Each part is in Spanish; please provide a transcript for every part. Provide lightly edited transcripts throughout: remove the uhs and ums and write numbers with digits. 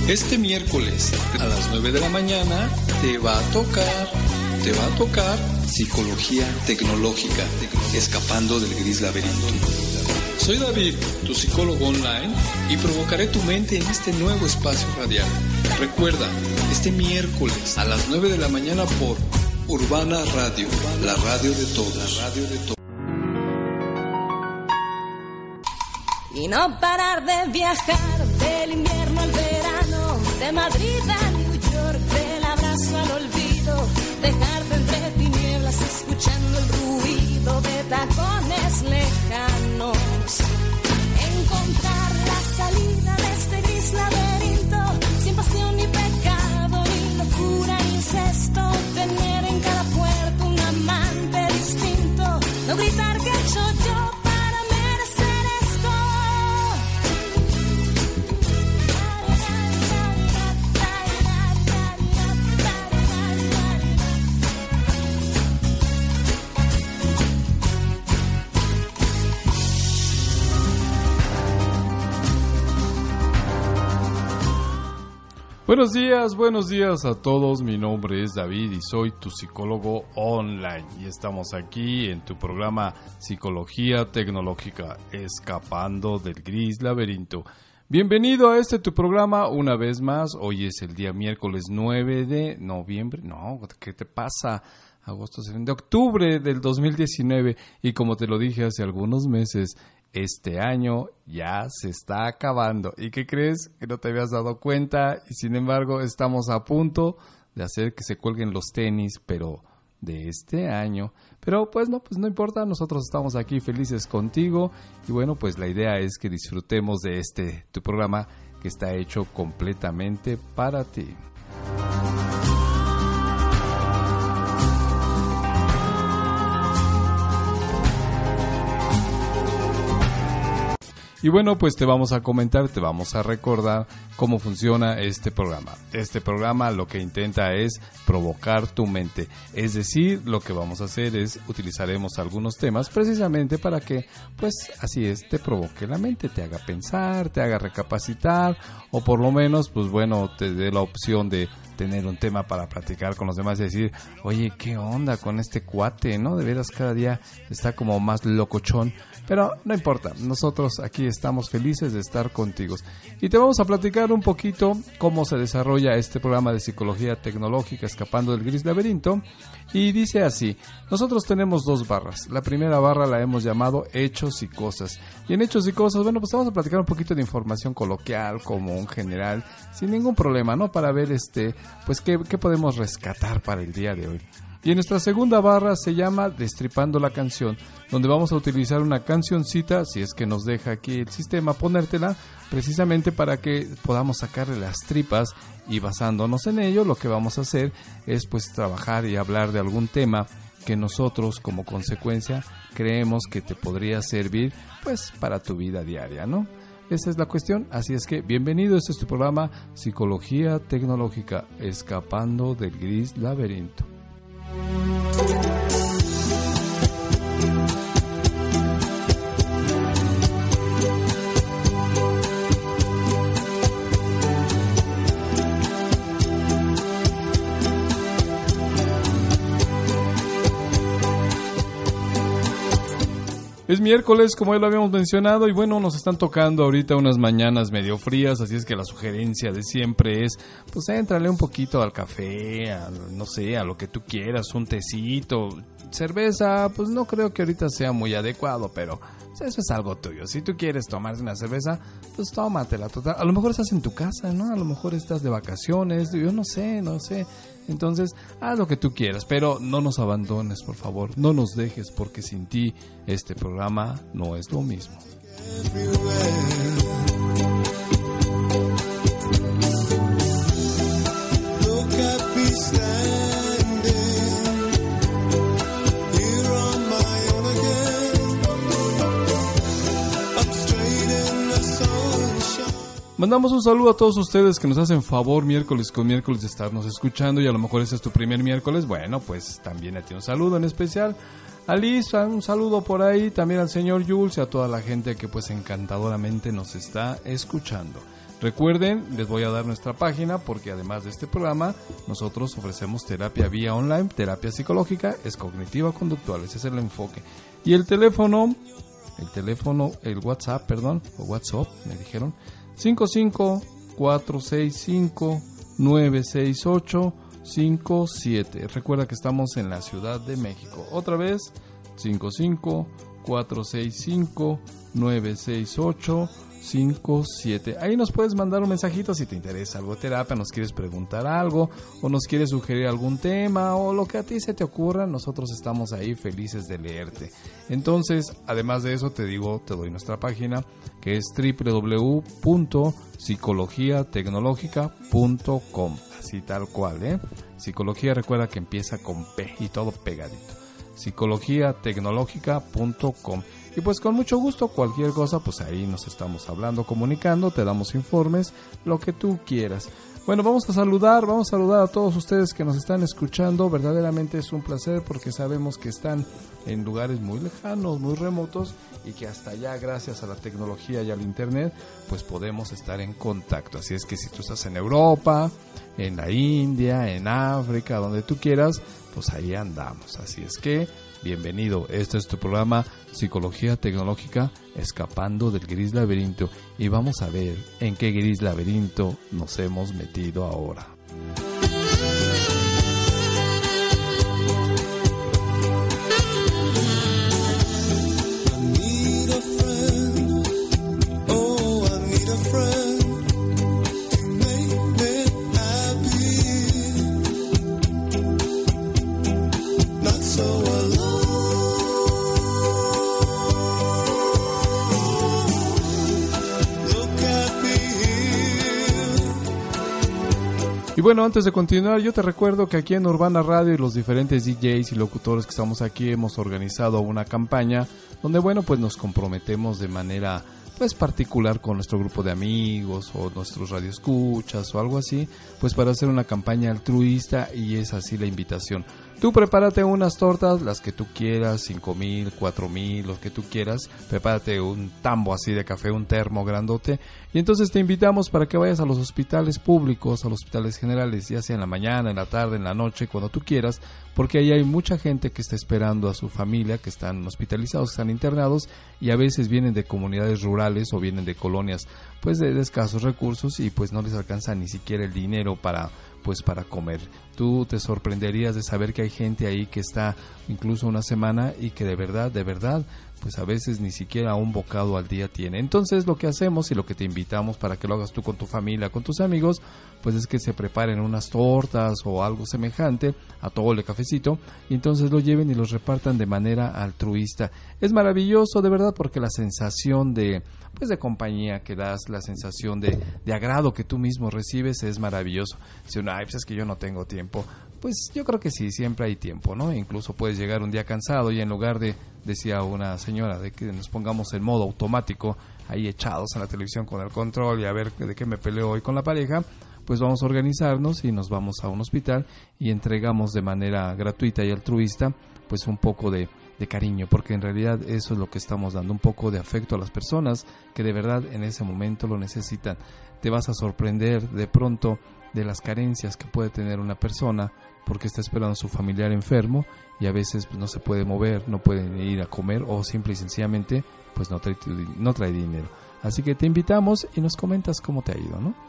Este miércoles a las 9 de la mañana te va a tocar Psicología Tecnológica, escapando del gris laberinto. Soy David, tu psicólogo online, y provocaré tu mente en este nuevo espacio radial. Recuerda, este miércoles a las 9 de la mañana por Urbana Radio, la radio de todos. Y no parar de viajar del invierno al verano, de Madrid a New York, del abrazo al olvido, dejarte entre tinieblas escuchando el ruido de tacones lejanos, encontrar la salida de este gris laberinto, sin pasión ni pecado, ni locura ni incesto, tener en cada puerta un amante distinto, no gritar que he hecho yo. Buenos días a todos. Mi nombre es David y soy tu psicólogo online. Y estamos aquí en tu programa Psicología Tecnológica, escapando del gris laberinto. Bienvenido a tu programa una vez más. Hoy es el día miércoles 9 de noviembre. No, ¿qué te pasa? De octubre del 2019. Y como te lo dije hace algunos meses, este año ya se está acabando. ¿Y qué crees? Que no te habías dado cuenta y sin embargo estamos a punto de hacer que se cuelguen los tenis, pero de este año. Pero pues no importa, nosotros estamos aquí felices contigo y bueno, pues la idea es que disfrutemos de tu programa que está hecho completamente para ti. Y bueno, pues te vamos a comentar, te vamos a recordar cómo funciona este programa. Este programa lo que intenta es provocar tu mente. Es decir, lo que vamos a hacer es utilizaremos algunos temas precisamente para que, pues así es, te provoque la mente, te haga pensar, te haga recapacitar o por lo menos, pues bueno, te dé la opción de tener un tema para platicar con los demás y decir, oye, ¿qué onda con este cuate? ¿No? De veras cada día está como más locochón. Pero no importa, nosotros aquí estamos felices de estar contigo. Y te vamos a platicar un poquito cómo se desarrolla este programa de Psicología Tecnológica, escapando del gris laberinto. Y dice así, nosotros tenemos 2 barras. La primera barra la hemos llamado Hechos y Cosas. Y en Hechos y Cosas, bueno, pues vamos a platicar un poquito de información coloquial, común, general, sin ningún problema, ¿no? Para ver pues qué podemos rescatar para el día de hoy. Y en nuestra segunda barra se llama Destripando la Canción, donde vamos a utilizar una cancioncita, si es que nos deja aquí el sistema ponértela, precisamente para que podamos sacarle las tripas y basándonos en ello, lo que vamos a hacer es pues trabajar y hablar de algún tema que nosotros como consecuencia creemos que te podría servir pues para tu vida diaria, ¿no? Esa es la cuestión, así es que bienvenido, este es tu programa Psicología Tecnológica, escapando del gris laberinto. Es miércoles, como ya lo habíamos mencionado, y bueno, nos están tocando ahorita unas mañanas medio frías, así es que la sugerencia de siempre es, pues éntrale un poquito al café, no sé, a lo que tú quieras, un tecito, cerveza, pues no creo que ahorita sea muy adecuado, pero eso es algo tuyo. Si tú quieres tomarte una cerveza, pues tómatela, total. A lo mejor estás en tu casa, ¿no? A lo mejor estás de vacaciones, yo no sé. Entonces, haz lo que tú quieras, pero no nos abandones, por favor. No nos dejes, porque sin ti este programa no es lo mismo. Mandamos un saludo a todos ustedes que nos hacen favor miércoles con miércoles de estarnos escuchando y a lo mejor ese es tu primer miércoles. Bueno, pues también a ti un saludo en especial. A Lisa, un saludo por ahí, también al señor Jules y a toda la gente que pues encantadoramente nos está escuchando. Recuerden, les voy a dar nuestra página porque además de este programa, nosotros ofrecemos terapia vía online, terapia psicológica, es cognitiva conductual, ese es el enfoque. Y el WhatsApp, o WhatsApp, me dijeron, 55-465-968-57. Recuerda que estamos en la Ciudad de México. Otra vez, 55-465-968-57. Ahí nos puedes mandar un mensajito si te interesa algo de terapia, nos quieres preguntar algo o nos quieres sugerir algún tema o lo que a ti se te ocurra. Nosotros estamos ahí felices de leerte. Entonces, además de eso, te doy nuestra página que es www.psicologiatecnologica.com, así tal cual, Psicología, recuerda que empieza con P y todo pegadito. psicologiatecnologica.com. Y pues con mucho gusto, cualquier cosa, pues ahí nos estamos hablando, comunicando, te damos informes, lo que tú quieras. Bueno, vamos a saludar a todos ustedes que nos están escuchando. Verdaderamente es un placer porque sabemos que están en lugares muy lejanos, muy remotos, y que hasta allá, gracias a la tecnología y al internet, pues podemos estar en contacto. Así es que si tú estás en Europa, en la India, en África, donde tú quieras, pues ahí andamos. Así es que bienvenido, este es tu programa Psicología Tecnológica, escapando del gris laberinto, y vamos a ver en qué gris laberinto nos hemos metido ahora. Y bueno, antes de continuar, yo te recuerdo que aquí en Urbana Radio y los diferentes DJs y locutores que estamos aquí hemos organizado una campaña donde, bueno, pues nos comprometemos de manera pues particular con nuestro grupo de amigos o nuestros radioescuchas o algo así, pues para hacer una campaña altruista, y es así la invitación. Tú prepárate unas tortas, las que tú quieras, 5,000, 4,000, lo que tú quieras. Prepárate un tambo así de café, un termo grandote. Y entonces te invitamos para que vayas a los hospitales públicos, a los hospitales generales, ya sea en la mañana, en la tarde, en la noche, cuando tú quieras, porque ahí hay mucha gente que está esperando a su familia, que están hospitalizados, que están internados, y a veces vienen de comunidades rurales o vienen de colonias pues de escasos recursos, y pues no les alcanza ni siquiera el dinero para comer. Tú te sorprenderías de saber que hay gente ahí que está incluso una semana y que de verdad, pues a veces ni siquiera un bocado al día tiene. Entonces lo que hacemos y lo que te invitamos para que lo hagas tú con tu familia, con tus amigos, pues es que se preparen unas tortas o algo semejante, atole, cafecito, y entonces lo lleven y los repartan de manera altruista. Es maravilloso, de verdad, porque la sensación de compañía que das, la sensación de agrado que tú mismo recibes es maravilloso. Si uno, pues es que yo no tengo tiempo, pues yo creo que sí, siempre hay tiempo, ¿no? Incluso puedes llegar un día cansado y en lugar de, decía una señora, de que nos pongamos en modo automático, ahí echados en la televisión con el control y a ver de qué me peleo hoy con la pareja, pues vamos a organizarnos y nos vamos a un hospital y entregamos de manera gratuita y altruista pues un poco de cariño, porque en realidad eso es lo que estamos dando, un poco de afecto a las personas que de verdad en ese momento lo necesitan. Te vas a sorprender de pronto de las carencias que puede tener una persona porque está esperando a su familiar enfermo y a veces pues, no se puede mover, no puede ir a comer o simple y sencillamente pues no trae dinero. Así que te invitamos y nos comentas cómo te ha ido, ¿no?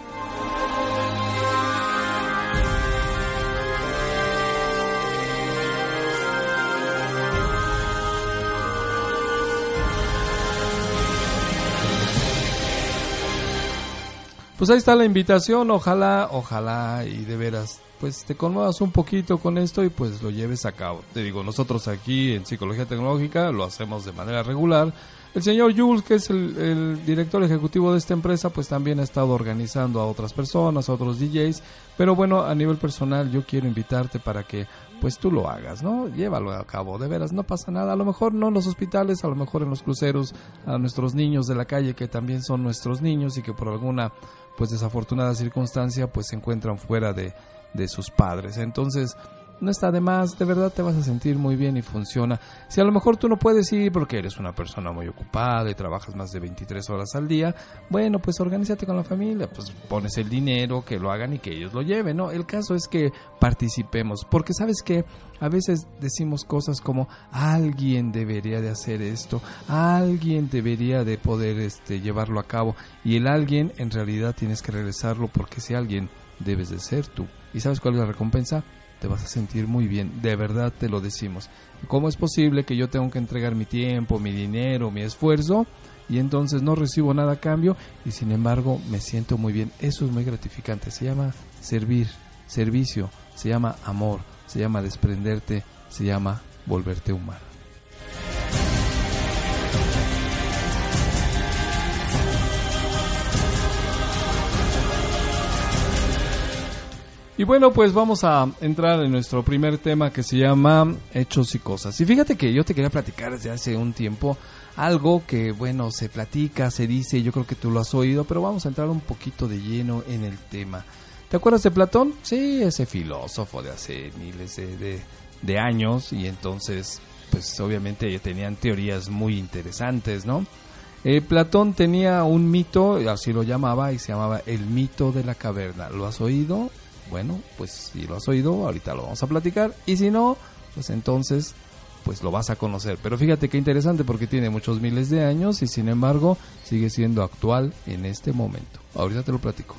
Pues ahí está la invitación, ojalá y de veras pues te conmuevas un poquito con esto y pues lo lleves a cabo. Te digo, nosotros aquí en Psicología Tecnológica lo hacemos de manera regular. El señor Jules, que es el director ejecutivo de esta empresa, pues también ha estado organizando a otras personas, a otros DJs, pero bueno, a nivel personal yo quiero invitarte para que pues tú lo hagas, ¿no? Llévalo a cabo, de veras, no pasa nada, a lo mejor no en los hospitales, a lo mejor en los cruceros, a nuestros niños de la calle que también son nuestros niños y que por alguna pues desafortunada circunstancia pues se encuentran fuera de sus padres. Entonces no está de más, de verdad te vas a sentir muy bien y funciona. Si a lo mejor tú no puedes ir porque eres una persona muy ocupada y trabajas más de 23 horas al día, bueno, pues organízate con la familia, pues pones el dinero, que lo hagan y que ellos lo lleven, ¿no? El caso es que participemos, porque ¿sabes qué? A veces decimos cosas como alguien debería de hacer esto, alguien debería de poder llevarlo a cabo, y el alguien en realidad tienes que regresarlo, porque ese alguien debes de ser tú. ¿Y sabes cuál es la recompensa? Te vas a sentir muy bien, de verdad te lo decimos. ¿Cómo es posible que yo tengo que entregar mi tiempo, mi dinero, mi esfuerzo, y entonces no recibo nada a cambio, y sin embargo me siento muy bien? Eso es muy gratificante, se llama servir, servicio, se llama amor, se llama desprenderte, se llama volverte humano. Y bueno, pues vamos a entrar en nuestro primer tema, que se llama hechos y cosas. Y fíjate que yo te quería platicar desde hace un tiempo algo que, bueno, se platica, se dice, yo creo que tú lo has oído, pero vamos a entrar un poquito de lleno en el tema. ¿Te acuerdas de Platón? Sí, ese filósofo de hace miles de años, y entonces, pues obviamente tenían teorías muy interesantes, ¿no? Platón tenía un mito, así lo llamaba, y se llamaba el mito de la caverna. ¿Lo has oído? Bueno, pues si lo has oído, ahorita lo vamos a platicar, y si no, pues entonces pues lo vas a conocer. Pero fíjate qué interesante, porque tiene muchos miles de años y sin embargo sigue siendo actual en este momento. Ahorita te lo platico.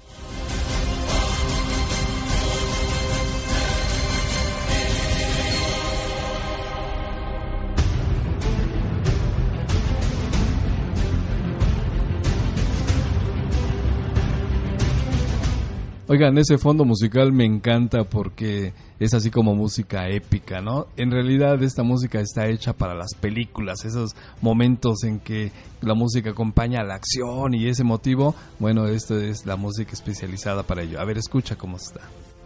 Oigan, ese fondo musical me encanta porque es así como música épica, ¿no? En realidad esta música está hecha para las películas, esos momentos en que la música acompaña a la acción y ese motivo, bueno, esto es la música especializada para ello. A ver, escucha cómo está.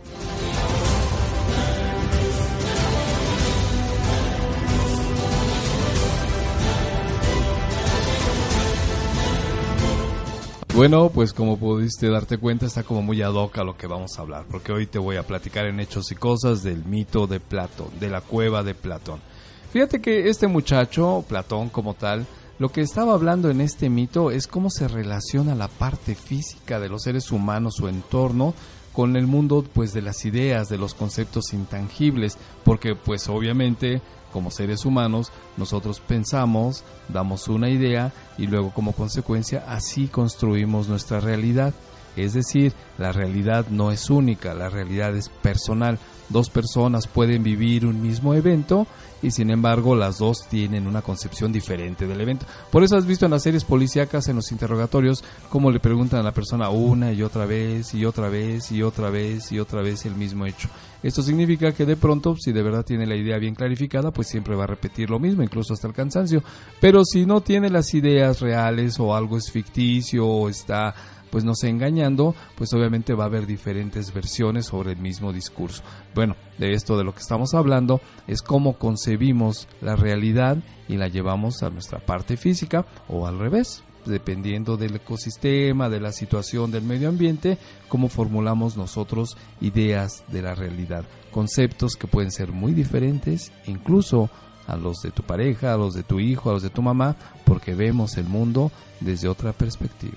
Bueno, pues como pudiste darte cuenta, está como muy ad hoc a lo que vamos a hablar, porque hoy te voy a platicar en hechos y cosas del mito de Platón, de la cueva de Platón. Fíjate que este muchacho, Platón como tal, lo que estaba hablando en este mito es cómo se relaciona la parte física de los seres humanos, su entorno, con el mundo pues de las ideas, de los conceptos intangibles, porque pues obviamente como seres humanos nosotros pensamos, damos una idea y luego como consecuencia así construimos nuestra realidad. Es decir, la realidad no es única, la realidad es personal. Dos personas pueden vivir un mismo evento y sin embargo las dos tienen una concepción diferente del evento. Por eso has visto en las series policíacas, en los interrogatorios, cómo le preguntan a la persona una y otra vez y otra vez y otra vez y otra vez el mismo hecho. Esto significa que de pronto, si de verdad tiene la idea bien clarificada, pues siempre va a repetir lo mismo, incluso hasta el cansancio. Pero si no tiene las ideas reales o algo es ficticio o está pues no sé, engañando, pues obviamente va a haber diferentes versiones sobre el mismo discurso. Bueno, de esto de lo que estamos hablando es cómo concebimos la realidad y la llevamos a nuestra parte física o al revés, dependiendo del ecosistema, de la situación del medio ambiente, cómo formulamos nosotros ideas de la realidad, conceptos que pueden ser muy diferentes, incluso a los de tu pareja, a los de tu hijo, a los de tu mamá, porque vemos el mundo desde otra perspectiva.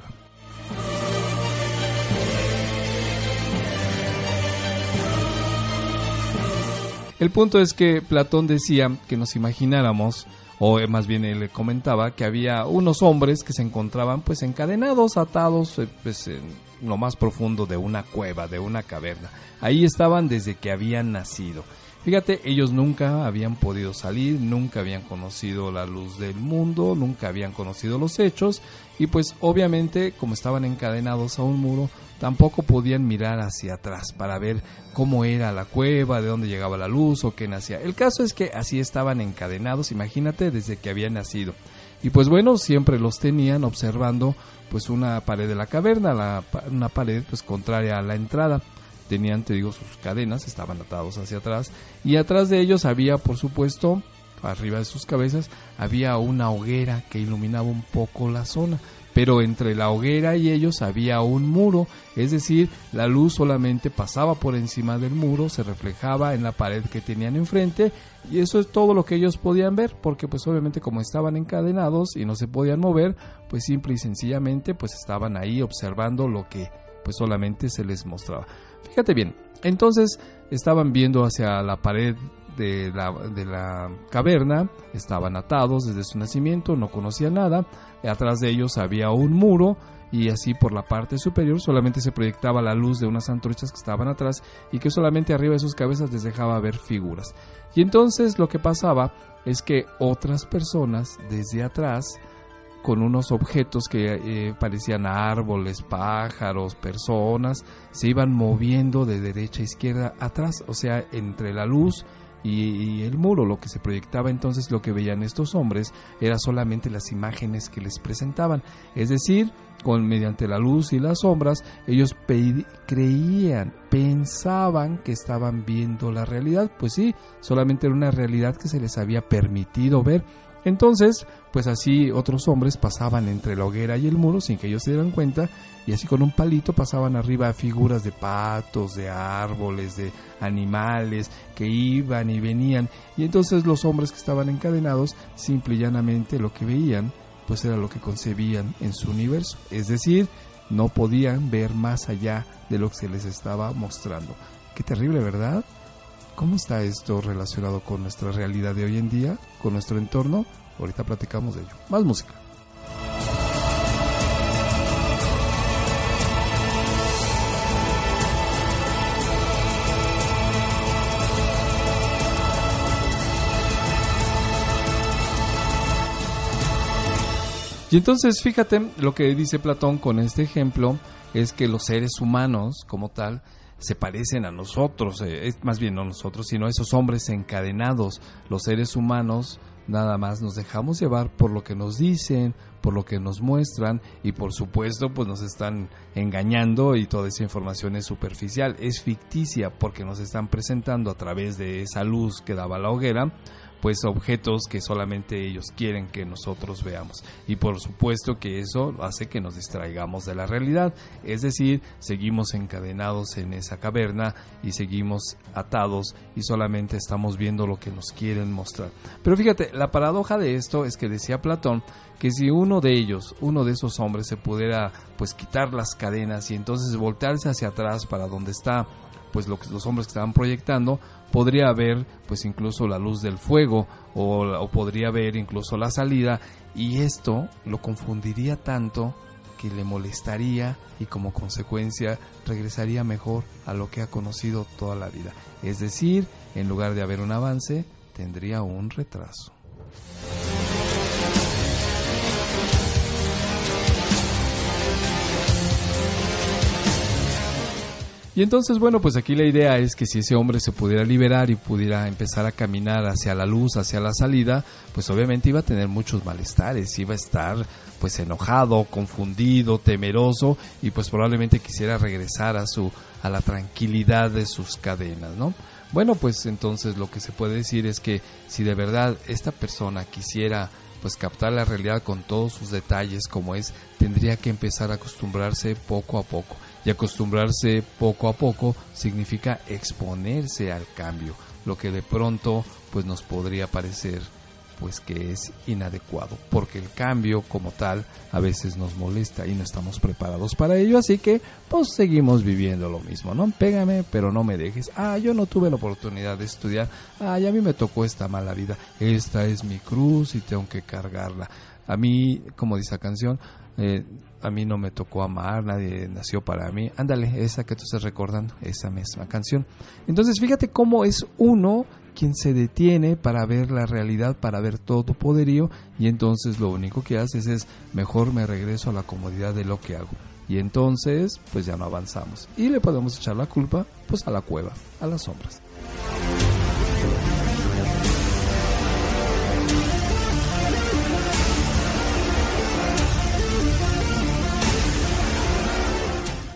El punto es que Platón decía que nos imagináramos, o más bien él comentaba que había unos hombres que se encontraban pues encadenados, atados pues en lo más profundo de una cueva, de una caverna. Ahí estaban desde que habían nacido. Fíjate, ellos nunca habían podido salir, nunca habían conocido la luz del mundo, nunca habían conocido los hechos y pues obviamente como estaban encadenados a un muro, tampoco podían mirar hacia atrás para ver cómo era la cueva, de dónde llegaba la luz o qué nacía. El caso es que así estaban encadenados, imagínate, desde que habían nacido. Y pues bueno, siempre los tenían observando pues una pared de la caverna, una pared pues contraria a la entrada. Tenían, te digo, sus cadenas, estaban atados hacia atrás y atrás de ellos había, por supuesto, arriba de sus cabezas, había una hoguera que iluminaba un poco la zona. pero entre la hoguera y ellos había un muro, es decir, la luz solamente pasaba por encima del muro, se reflejaba en la pared que tenían enfrente, y eso es todo lo que ellos podían ver, porque pues obviamente como estaban encadenados y no se podían mover, pues simple y sencillamente pues estaban ahí observando lo que pues solamente se les mostraba. Fíjate bien, entonces estaban viendo hacia la pared de la caverna, estaban atados desde su nacimiento, no conocían nada, atrás de ellos había un muro, y así por la parte superior solamente se proyectaba la luz de unas antorchas que estaban atrás y que solamente arriba de sus cabezas les dejaba ver figuras. Y entonces lo que pasaba es que otras personas desde atrás, con unos objetos que parecían árboles, pájaros, personas, se iban moviendo de derecha a izquierda atrás, o sea, entre la luz y el muro. Lo que se proyectaba entonces, lo que veían estos hombres, era solamente las imágenes que les presentaban, es decir, mediante la luz y las sombras, ellos creían, pensaban que estaban viendo la realidad. Pues sí, solamente era una realidad que se les había permitido ver. Entonces, pues así otros hombres pasaban entre la hoguera y el muro sin que ellos se dieran cuenta, y así con un palito pasaban arriba figuras de patos, de árboles, de animales que iban y venían, y entonces los hombres que estaban encadenados simple y llanamente lo que veían pues era lo que concebían en su universo, es decir, no podían ver más allá de lo que se les estaba mostrando. Qué terrible, ¿verdad? ¿Cómo está esto relacionado con nuestra realidad de hoy en día, con nuestro entorno? Ahorita platicamos de ello. Más música. Y entonces fíjate, lo que dice Platón con este ejemplo es que los seres humanos como tal se parecen a nosotros, más bien no nosotros, sino a esos hombres encadenados. Los seres humanos nada más nos dejamos llevar por lo que nos dicen, por lo que nos muestran, y por supuesto pues nos están engañando, y toda esa información es superficial, es ficticia, porque nos están presentando a través de esa luz que daba la hoguera pues objetos que solamente ellos quieren que nosotros veamos, y por supuesto que eso hace que nos distraigamos de la realidad, es decir, seguimos encadenados en esa caverna y seguimos atados y solamente estamos viendo lo que nos quieren mostrar. Pero fíjate, la paradoja de esto es que decía Platón que si uno de esos hombres se pudiera pues quitar las cadenas y entonces voltearse hacia atrás para donde está pues los hombres que estaban proyectando, podría ver pues incluso la luz del fuego o podría ver incluso la salida, y esto lo confundiría tanto que le molestaría y como consecuencia regresaría mejor a lo que ha conocido toda la vida. Es decir, en lugar de haber un avance, tendría un retraso. Y entonces, bueno, pues aquí la idea es que si ese hombre se pudiera liberar y pudiera empezar a caminar hacia la luz, hacia la salida, pues obviamente iba a tener muchos malestares, iba a estar pues enojado, confundido, temeroso, y pues probablemente quisiera regresar a la tranquilidad de sus cadenas, ¿no? Bueno, pues entonces lo que se puede decir es que si de verdad esta persona quisiera pues captar la realidad con todos sus detalles como es, tendría que empezar a acostumbrarse poco a poco. Y acostumbrarse poco a poco significa exponerse al cambio, lo que de pronto pues nos podría parecer pues que es inadecuado, porque el cambio como tal a veces nos molesta y no estamos preparados para ello, así que pues seguimos viviendo lo mismo, ¿no? Pégame pero no me dejes, yo no tuve la oportunidad de estudiar, y a mí me tocó esta mala vida, esta es mi cruz y tengo que cargarla. A mí, como dice la canción, a mí no me tocó amar, nadie nació para mí. Ándale, esa que tú estás recordando, esa misma canción. Entonces fíjate cómo es uno quien se detiene para ver la realidad, para ver todo tu poderío, y entonces lo único que haces es, mejor me regreso a la comodidad de lo que hago. Y entonces pues ya no avanzamos y le podemos echar la culpa pues a la cueva, a las sombras.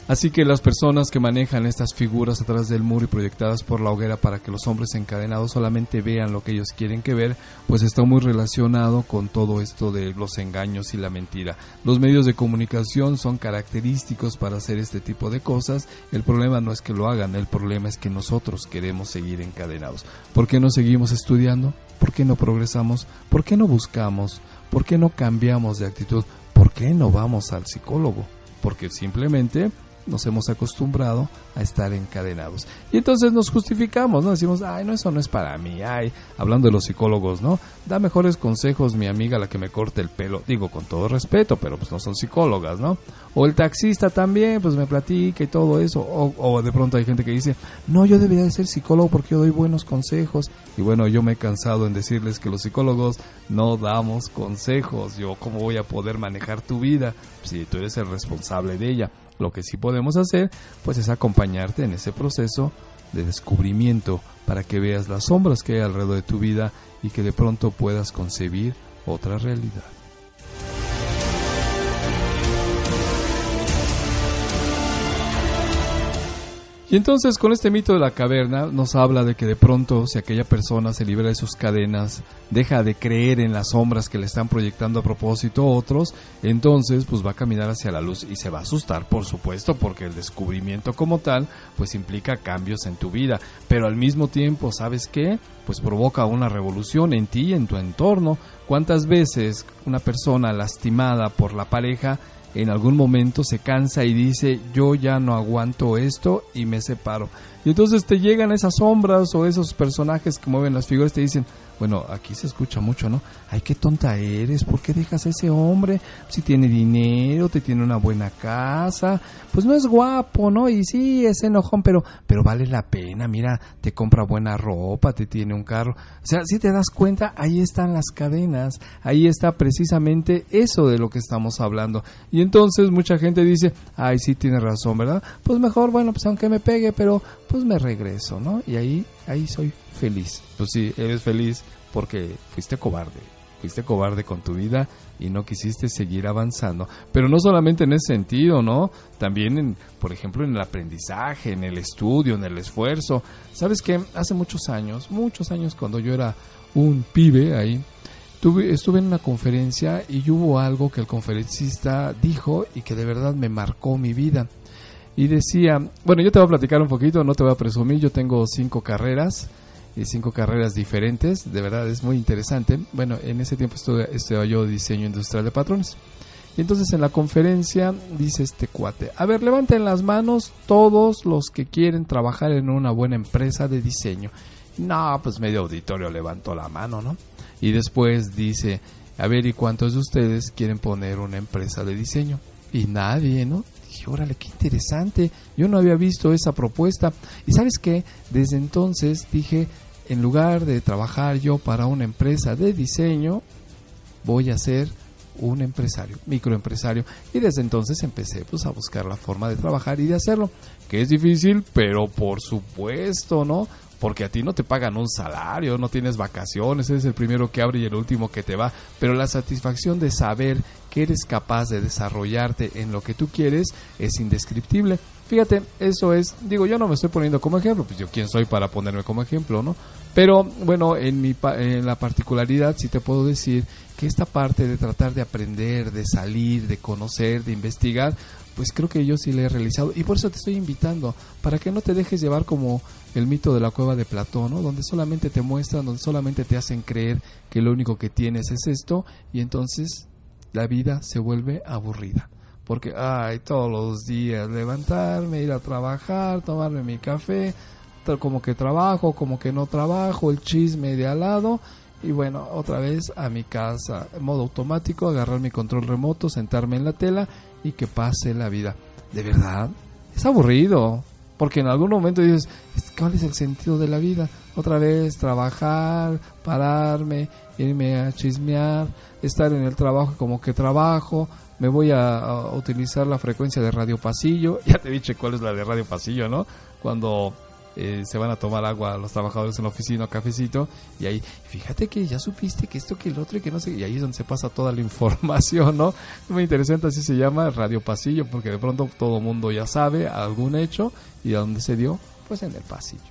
Así que las personas que manejan estas figuras atrás del muro y proyectadas por la hoguera para que los hombres encadenados solamente vean lo que ellos quieren que ver, pues está muy relacionado con todo esto de los engaños y la mentira. Los medios de comunicación son característicos para hacer este tipo de cosas. El problema no es que lo hagan, el problema es que nosotros queremos seguir encadenados. ¿Por qué no seguimos estudiando? ¿Por qué no progresamos? ¿Por qué no buscamos? ¿Por qué no cambiamos de actitud? ¿Por qué no vamos al psicólogo? Porque simplemente nos hemos acostumbrado a estar encadenados. Y entonces nos justificamos, ¿no? Decimos, ay, no, eso no es para mí, ay, hablando de los psicólogos, ¿no? Da mejores consejos mi amiga la que me corte el pelo, digo con todo respeto, pero pues no son psicólogas, ¿no? O el taxista también, pues me platica y todo eso, o de pronto hay gente que dice, no, yo debería de ser psicólogo porque yo doy buenos consejos, y bueno, yo me he cansado en decirles que los psicólogos no damos consejos. Yo, ¿cómo voy a poder manejar tu vida si tú eres el responsable de ella? Lo que sí podemos hacer, pues, es acompañarte en ese proceso de descubrimiento para que veas las sombras que hay alrededor de tu vida y que de pronto puedas concebir otra realidad. Y entonces con este mito de la caverna nos habla de que de pronto si aquella persona se libera de sus cadenas, deja de creer en las sombras que le están proyectando a propósito otros, entonces pues va a caminar hacia la luz y se va a asustar, por supuesto, porque el descubrimiento como tal pues implica cambios en tu vida, pero al mismo tiempo, ¿sabes qué? Pues provoca una revolución en ti y en tu entorno. ¿Cuántas veces una persona lastimada por la pareja en algún momento se cansa y dice, yo ya no aguanto esto y me separo? Y entonces te llegan esas sombras o esos personajes que mueven las figuras y te dicen, bueno, aquí se escucha mucho, ¿no? Ay, qué tonta eres, ¿por qué dejas a ese hombre? Si tiene dinero, te tiene una buena casa, pues no es guapo, ¿no? Y sí, es enojón, pero vale la pena, mira, te compra buena ropa, te tiene un carro. O sea, si te das cuenta, ahí están las cadenas, ahí está precisamente eso de lo que estamos hablando. Y entonces mucha gente dice, ay, sí, tiene razón, ¿verdad? Pues mejor, bueno, pues aunque me pegue, pero pues me regreso, ¿no? Y ahí soy feliz. Pues sí, eres feliz porque fuiste cobarde con tu vida y no quisiste seguir avanzando. Pero no solamente en ese sentido, ¿no? También, por ejemplo, en el aprendizaje, en el estudio, en el esfuerzo. ¿Sabes qué? Hace muchos años, cuando yo era un pibe ahí, estuve en una conferencia y hubo algo que el conferencista dijo y que de verdad me marcó mi vida. Y decía, bueno, yo te voy a platicar un poquito, no te voy a presumir, yo tengo 5 carreras diferentes, de verdad es muy interesante. Bueno, en ese tiempo estudiaba yo diseño industrial de patrones. Y entonces en la conferencia dice este cuate, a ver, levanten las manos todos los que quieren trabajar en una buena empresa de diseño. No, pues medio auditorio levantó la mano, ¿no? Y después dice, a ver, ¿y cuántos de ustedes quieren poner una empresa de diseño? Y nadie, ¿no? Dije, órale, qué interesante, yo no había visto esa propuesta. Y ¿sabes qué? Desde entonces dije, en lugar de trabajar yo para una empresa de diseño, voy a ser un empresario, microempresario. Y desde entonces empecé pues a buscar la forma de trabajar y de hacerlo, que es difícil, pero por supuesto, ¿no? Porque a ti no te pagan un salario, no tienes vacaciones, eres el primero que abre y el último que te va, pero la satisfacción de saber que eres capaz de desarrollarte en lo que tú quieres es indescriptible. Fíjate, eso es, digo, yo no me estoy poniendo como ejemplo, pues yo quién soy para ponerme como ejemplo, ¿no? Pero bueno, en la particularidad sí te puedo decir que esta parte de tratar de aprender, de salir, de conocer, de investigar, pues creo que yo sí la he realizado y por eso te estoy invitando, para que no te dejes llevar como el mito de la cueva de Platón, ¿no? Donde solamente te muestran, donde solamente te hacen creer que lo único que tienes es esto y entonces la vida se vuelve aburrida. Porque, todos los días levantarme, ir a trabajar, tomarme mi café, como que trabajo, como que no trabajo, el chisme de al lado y bueno, otra vez a mi casa, en modo automático, agarrar mi control remoto, sentarme en la tela y que pase la vida. De verdad, es aburrido, porque en algún momento dices, ¿cuál es el sentido de la vida? Otra vez trabajar, pararme, irme a chismear, estar en el trabajo como que trabajo. Me voy a utilizar la frecuencia de Radio Pasillo. Ya te dije cuál es la de Radio Pasillo, ¿no? Cuando se van a tomar agua los trabajadores en la oficina, cafecito, y ahí, fíjate que ya supiste que esto, que el otro, y que no sé, y ahí es donde se pasa toda la información, ¿no? Muy interesante, así se llama, Radio Pasillo, porque de pronto todo el mundo ya sabe algún hecho, y a dónde se dio, pues en el pasillo.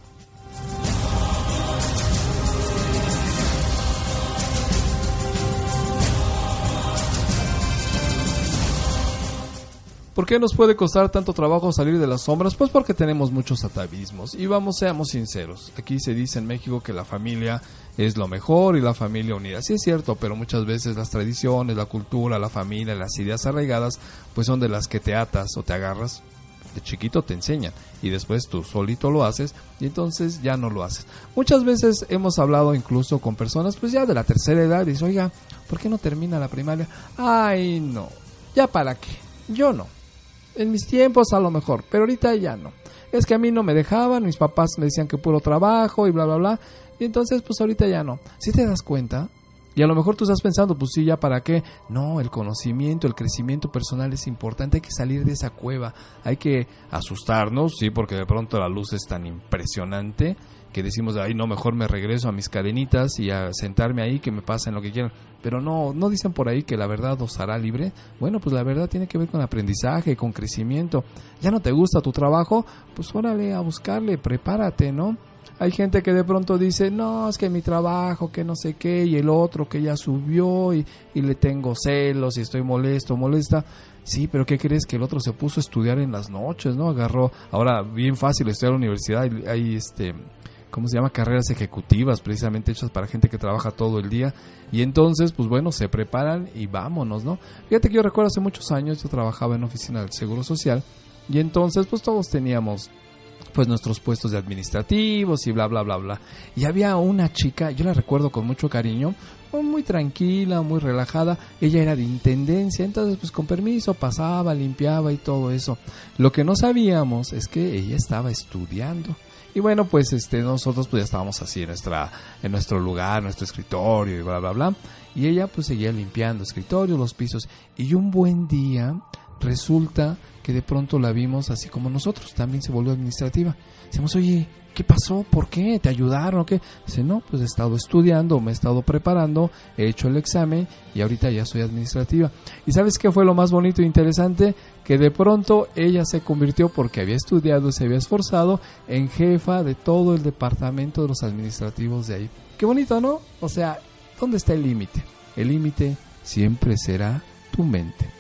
¿Por qué nos puede costar tanto trabajo salir de las sombras? Pues porque tenemos muchos atavismos. Y seamos sinceros. Aquí se dice en México que la familia es lo mejor y la familia unida. Sí es cierto, pero muchas veces las tradiciones, la cultura, la familia, las ideas arraigadas, pues son de las que te atas o te agarras. De chiquito te enseñan y después tú solito lo haces y entonces ya no lo haces. Muchas veces hemos hablado incluso con personas pues ya de la tercera edad y dices, oiga, ¿por qué no termina la primaria? Ay, no, ¿ya para qué? Yo no. En mis tiempos a lo mejor, pero ahorita ya no. Es que a mí no me dejaban, mis papás me decían que puro trabajo y bla, bla, bla. Y entonces, pues ahorita ya no. ¿Sí te das cuenta? Y a lo mejor tú estás pensando, pues sí, ¿ya para qué? No, el conocimiento, el crecimiento personal es importante. Hay que salir de esa cueva. Hay que asustarnos, sí, porque de pronto la luz es tan impresionante que decimos, ay, no, mejor me regreso a mis cadenitas y a sentarme ahí, que me pasen lo que quieran. Pero no dicen por ahí que la verdad os hará libre. Bueno, pues la verdad tiene que ver con aprendizaje, con crecimiento. ¿Ya no te gusta tu trabajo? Pues órale a buscarle, prepárate, ¿no? Hay gente que de pronto dice, no, es que mi trabajo, que no sé qué, y el otro que ya subió y le tengo celos y estoy molesta. Sí, pero ¿qué crees? Que el otro se puso a estudiar en las noches, ¿no? Agarró, ahora bien fácil estudiar en la universidad, hay ¿cómo se llama? Carreras ejecutivas, precisamente hechas para gente que trabaja todo el día. Y entonces, pues bueno, se preparan y vámonos, ¿no? Fíjate que yo recuerdo hace muchos años, yo trabajaba en oficina del Seguro Social. Y entonces, pues todos teníamos pues nuestros puestos de administrativos y bla, bla, bla, bla. Y había una chica, yo la recuerdo con mucho cariño, muy tranquila, muy relajada. Ella era de intendencia, entonces pues con permiso pasaba, limpiaba y todo eso. Lo que no sabíamos es que ella estaba estudiando. Y bueno, pues nosotros pues ya estábamos así en nuestro lugar, nuestro escritorio y bla, bla, bla. Y ella pues seguía limpiando escritorios, los pisos. Y un buen día resulta que de pronto la vimos así como nosotros, también se volvió administrativa. Decimos, oye, ¿qué pasó? ¿Por qué? ¿Te ayudaron o qué? Dice, no, pues he estado estudiando, me he estado preparando, he hecho el examen y ahorita ya soy administrativa. ¿Y sabes qué fue lo más bonito e interesante? Que de pronto ella se convirtió, porque había estudiado y se había esforzado, en jefa de todo el departamento de los administrativos de ahí. Qué bonito, ¿no? O sea, ¿dónde está el límite? El límite siempre será tu mente.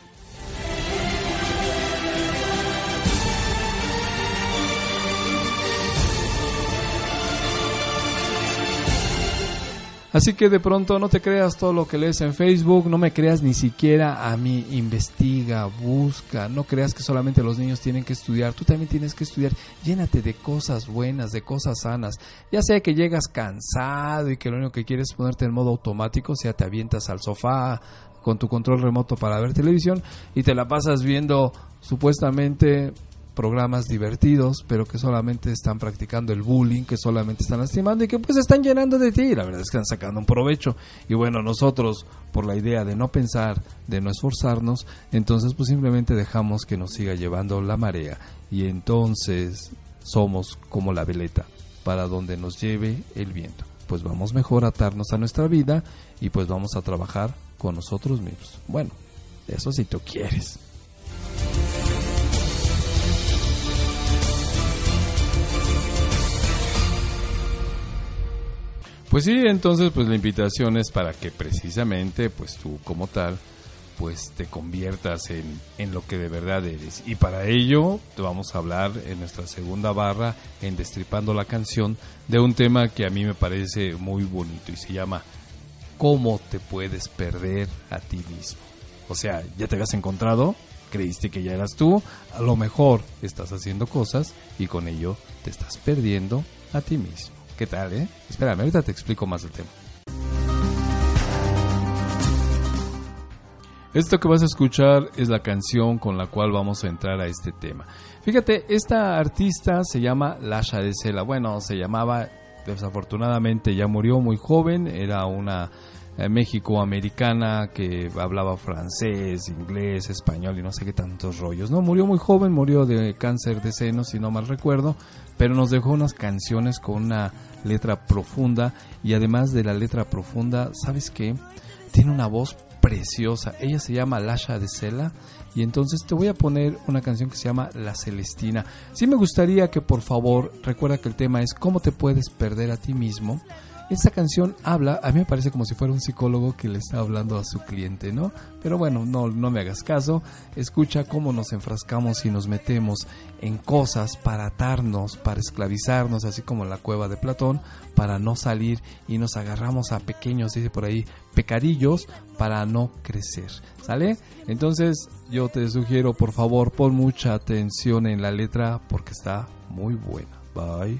Así que de pronto no te creas todo lo que lees en Facebook, no me creas ni siquiera a mí, investiga, busca, no creas que solamente los niños tienen que estudiar, tú también tienes que estudiar, llénate de cosas buenas, de cosas sanas, ya sea que llegas cansado y que lo único que quieres es ponerte en modo automático, o sea, te avientas al sofá con tu control remoto para ver televisión y te la pasas viendo supuestamente programas divertidos, pero que solamente están practicando el bullying, que solamente están lastimando y que pues están llenando de ti, y la verdad es que están sacando un provecho. Y bueno, nosotros, por la idea de no pensar, de no esforzarnos, entonces pues simplemente dejamos que nos siga llevando la marea, y entonces somos como la veleta, para donde nos lleve el viento. Pues vamos mejor a atarnos a nuestra vida y pues vamos a trabajar con nosotros mismos. Bueno, eso si tú quieres. Pues sí, entonces pues la invitación es para que precisamente pues tú como tal pues te conviertas en lo que de verdad eres. Y para ello te vamos a hablar en nuestra segunda barra, en Destripando la Canción, de un tema que a mí me parece muy bonito y se llama ¿Cómo te puedes perder a ti mismo? O sea, ya te habías encontrado, creíste que ya eras tú, a lo mejor estás haciendo cosas y con ello te estás perdiendo a ti mismo. ¿Qué tal, Espérame, ahorita te explico más del tema. Esto que vas a escuchar es la canción con la cual vamos a entrar a este tema. Fíjate, esta artista se llama Lasha de Sela. Bueno, se llamaba, desafortunadamente ya murió muy joven, era una México-americana que hablaba francés, inglés, español y no sé qué tantos rollos, ¿no? Murió muy joven, murió de cáncer de seno, si no mal recuerdo, pero nos dejó unas canciones con una letra profunda, y además de la letra profunda, ¿sabes qué? Tiene una voz preciosa. Ella se llama Lasha de Sela, y entonces te voy a poner una canción que se llama La Celestina. Sí me gustaría que, por favor, recuerda que el tema es ¿cómo te puedes perder a ti mismo? Esta canción habla, a mí me parece como si fuera un psicólogo que le está hablando a su cliente, ¿no? Pero bueno, no me hagas caso. Escucha cómo nos enfrascamos y nos metemos en cosas para atarnos, para esclavizarnos, así como en la cueva de Platón, para no salir, y nos agarramos a pequeños, dice por ahí, pecadillos para no crecer, ¿sale? Entonces yo te sugiero, por favor, pon mucha atención en la letra porque está muy buena. Bye.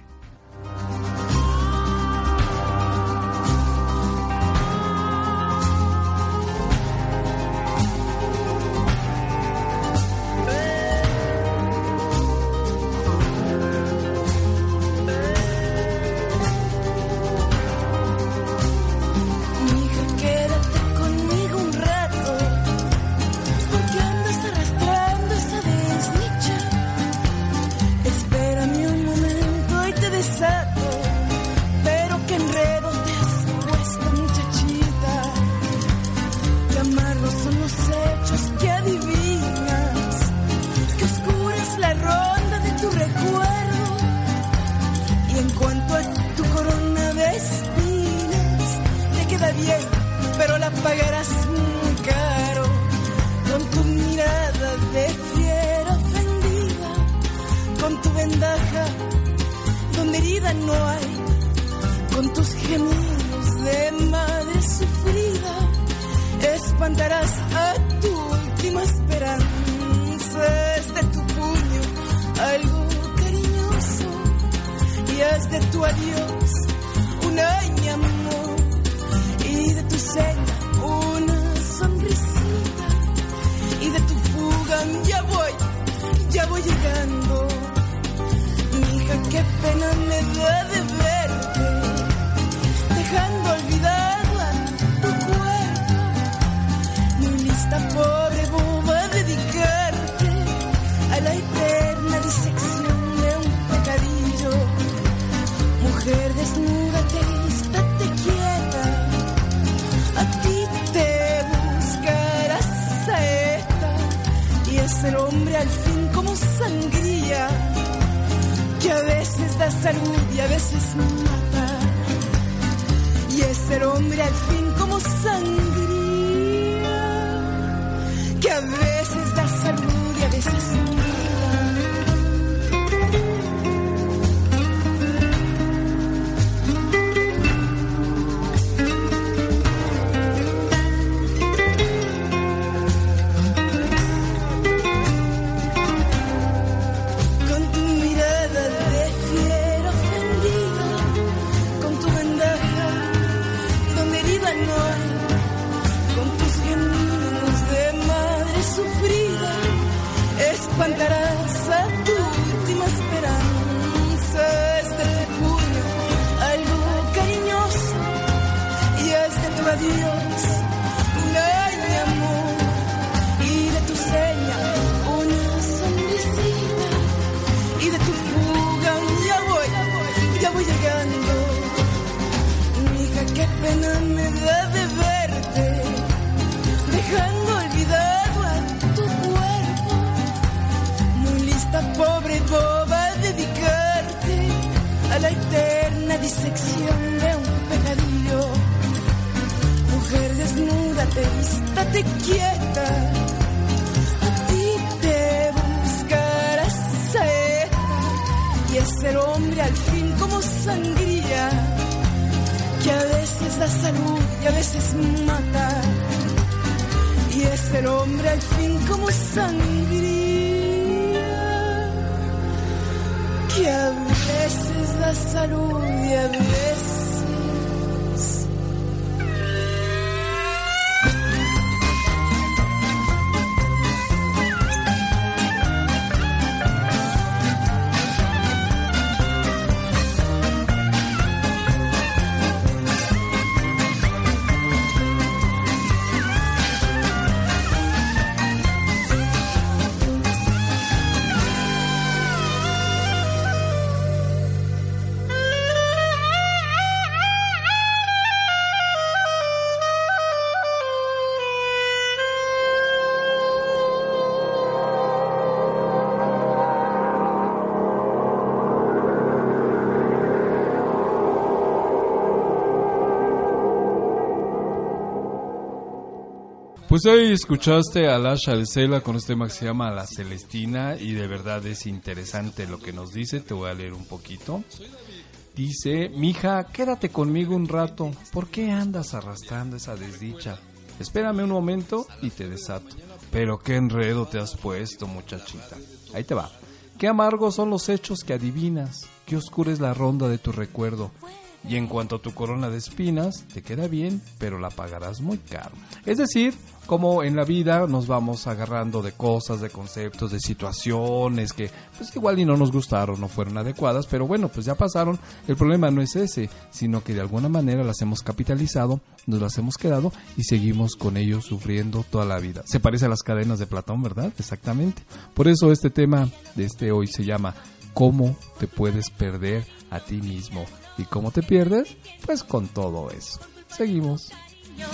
Pues ahí escuchaste a Lasha de Cela con este tema que se llama La Celestina y de verdad es interesante lo que nos dice, te voy a leer un poquito. Dice, mija, quédate conmigo un rato, ¿por qué andas arrastrando esa desdicha? Espérame un momento y te desato. Pero qué enredo te has puesto, muchachita. Ahí te va. Qué amargos son los hechos que adivinas, qué oscura es la ronda de tu recuerdo. Y en cuanto a tu corona de espinas, te queda bien, pero la pagarás muy caro. Es decir, como en la vida nos vamos agarrando de cosas, de conceptos, de situaciones que pues igual y no nos gustaron, no fueron adecuadas, pero bueno, pues ya pasaron. El problema no es ese, sino que de alguna manera las hemos capitalizado, nos las hemos quedado y seguimos con ello sufriendo toda la vida. Se parece a las cadenas de Platón, ¿verdad? Exactamente. Por eso este tema de hoy se llama ¿Cómo te puedes perder a ti mismo? ¿Y cómo te pierdes? Pues con todo eso. Seguimos. Yo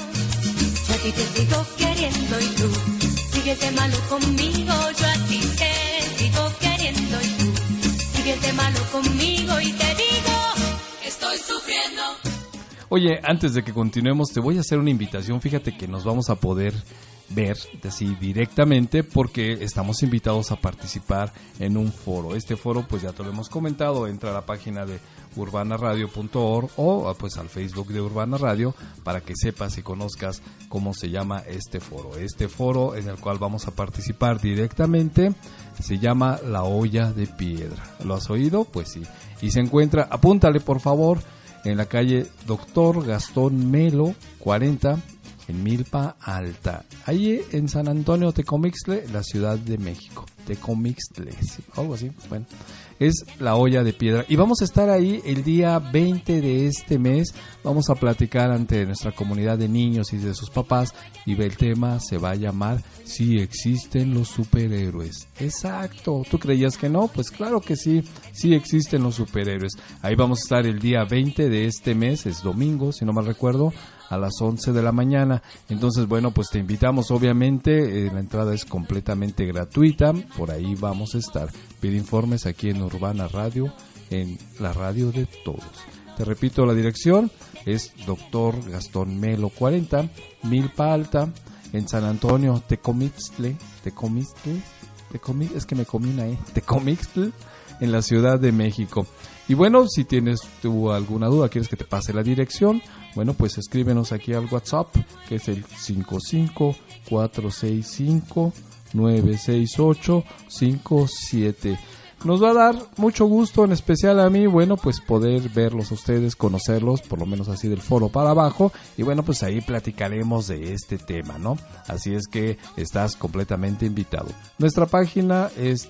a ti te sigo queriendo y tú sigues de malo conmigo. Yo a ti te sigo queriendo y tú sigues de malo conmigo. Y te digo, estoy sufriendo. Oye, antes de que continuemos, te voy a hacer una invitación. Fíjate que nos vamos a poder ver así directamente porque estamos invitados a participar en un foro. Este foro, pues ya te lo hemos comentado, entra a la página de urbanaradio.org o pues al Facebook de Urbana Radio para que sepas y conozcas cómo se llama este foro. Este foro en el cual vamos a participar directamente se llama La Olla de Piedra. ¿Lo has oído? Pues sí. Y se encuentra, apúntale por favor, en la calle Doctor Gastón Melo 40 en Milpa Alta, ahí en San Antonio Tecomixtle, la Ciudad de México. Tecomixtle, sí, algo así. Bueno, es La Olla de Piedra y vamos a estar ahí el día 20 de este mes. Vamos a platicar ante nuestra comunidad de niños y de sus papás y el tema se va a llamar Si existen los superhéroes. Exacto, ¿tú creías que no? Pues claro que sí, sí existen los superhéroes. Ahí vamos a estar el día 20 de este mes, es domingo, si no mal recuerdo, a las 11 de la mañana. Entonces, bueno, pues te invitamos, obviamente, la entrada es completamente gratuita, por ahí vamos a estar. Pide informes aquí en Urbana Radio, en la radio de todos. Te repito la dirección, es Doctor Gastón Melo 40, Milpa Alta, en San Antonio Tecomixtle, es que me comí una Tecomixtle, en la Ciudad de México. Y bueno, si tienes tú alguna duda, quieres que te pase la dirección, bueno, pues escríbenos aquí al WhatsApp, que es el 55-465-968-57. Nos va a dar mucho gusto, en especial a mí, bueno, pues poder verlos a ustedes, conocerlos, por lo menos así del foro para abajo, y bueno, pues ahí platicaremos de este tema, ¿no? Así es que estás completamente invitado. Nuestra página es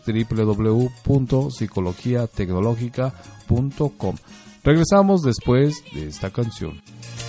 www.psicologiatecnologica.com. Regresamos después de esta canción.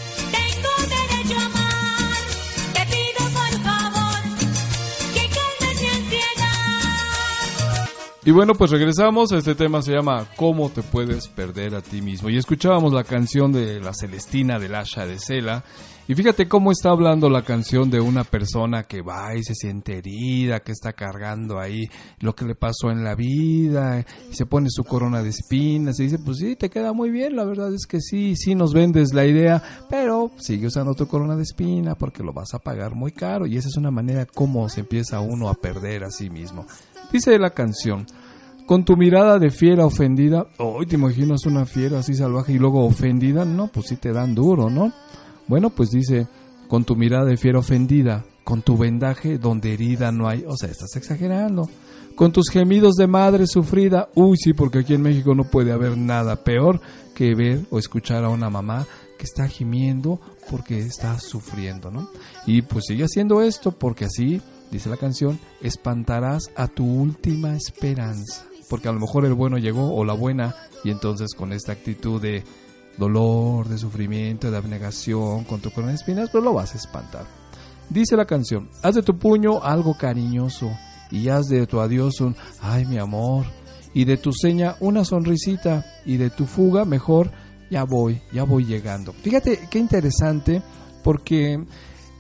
Y bueno, pues regresamos. Este tema se llama ¿Cómo te puedes perder a ti mismo? Y escuchábamos la canción de La Celestina de Lasha de Cela. Y fíjate cómo está hablando la canción de una persona que va y se siente herida, que está cargando ahí lo que le pasó en la vida, y se pone su corona de espinas y dice, pues sí, te queda muy bien, la verdad es que sí, sí nos vendes la idea, pero sigue usando tu corona de espina porque lo vas a pagar muy caro. Y esa es una manera como se empieza uno a perder a sí mismo. Dice la canción, con tu mirada de fiera ofendida, hoy te imaginas una fiera así salvaje y luego ofendida, no, pues sí te dan duro, ¿no? Bueno, pues dice, con tu mirada de fiera ofendida, con tu vendaje donde herida no hay, o sea, estás exagerando, con tus gemidos de madre sufrida, uy sí, porque aquí en México no puede haber nada peor que ver o escuchar a una mamá que está gimiendo porque está sufriendo, ¿no? Y pues sigue haciendo esto porque así, dice la canción, espantarás a tu última esperanza. Porque a lo mejor el bueno llegó o la buena y entonces con esta actitud de dolor, de sufrimiento, de abnegación, con tu corona de espinas, pues lo vas a espantar. Dice la canción, haz de tu puño algo cariñoso y haz de tu adiós un ay mi amor y de tu seña una sonrisita y de tu fuga mejor ya voy llegando. Fíjate qué interesante porque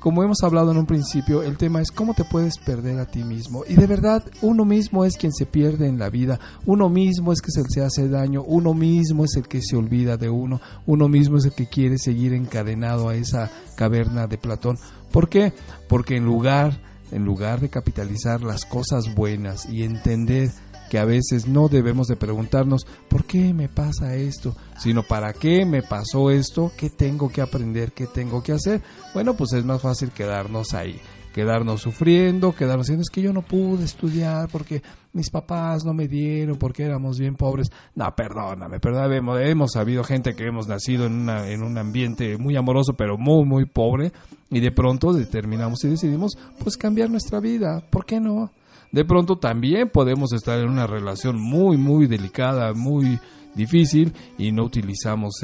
como hemos hablado en un principio, el tema es cómo te puedes perder a ti mismo. Y de verdad, uno mismo es quien se pierde en la vida. Uno mismo es que se hace daño. Uno mismo es el que se olvida de uno. Uno mismo es el que quiere seguir encadenado a esa caverna de Platón. ¿Por qué? Porque en lugar de capitalizar las cosas buenas y entender que a veces no debemos de preguntarnos ¿por qué me pasa esto? Sino ¿para qué me pasó esto? ¿Qué tengo que aprender? ¿Qué tengo que hacer? Bueno, pues es más fácil quedarnos ahí, quedarnos sufriendo, quedarnos diciendo es que yo no pude estudiar porque mis papás no me dieron, porque éramos bien pobres. No, perdóname, hemos habido gente que hemos nacido en un ambiente muy amoroso pero muy muy pobre y de pronto determinamos y decidimos pues cambiar nuestra vida. ¿Por qué no? De pronto también podemos estar en una relación muy, muy delicada, muy difícil y no utilizamos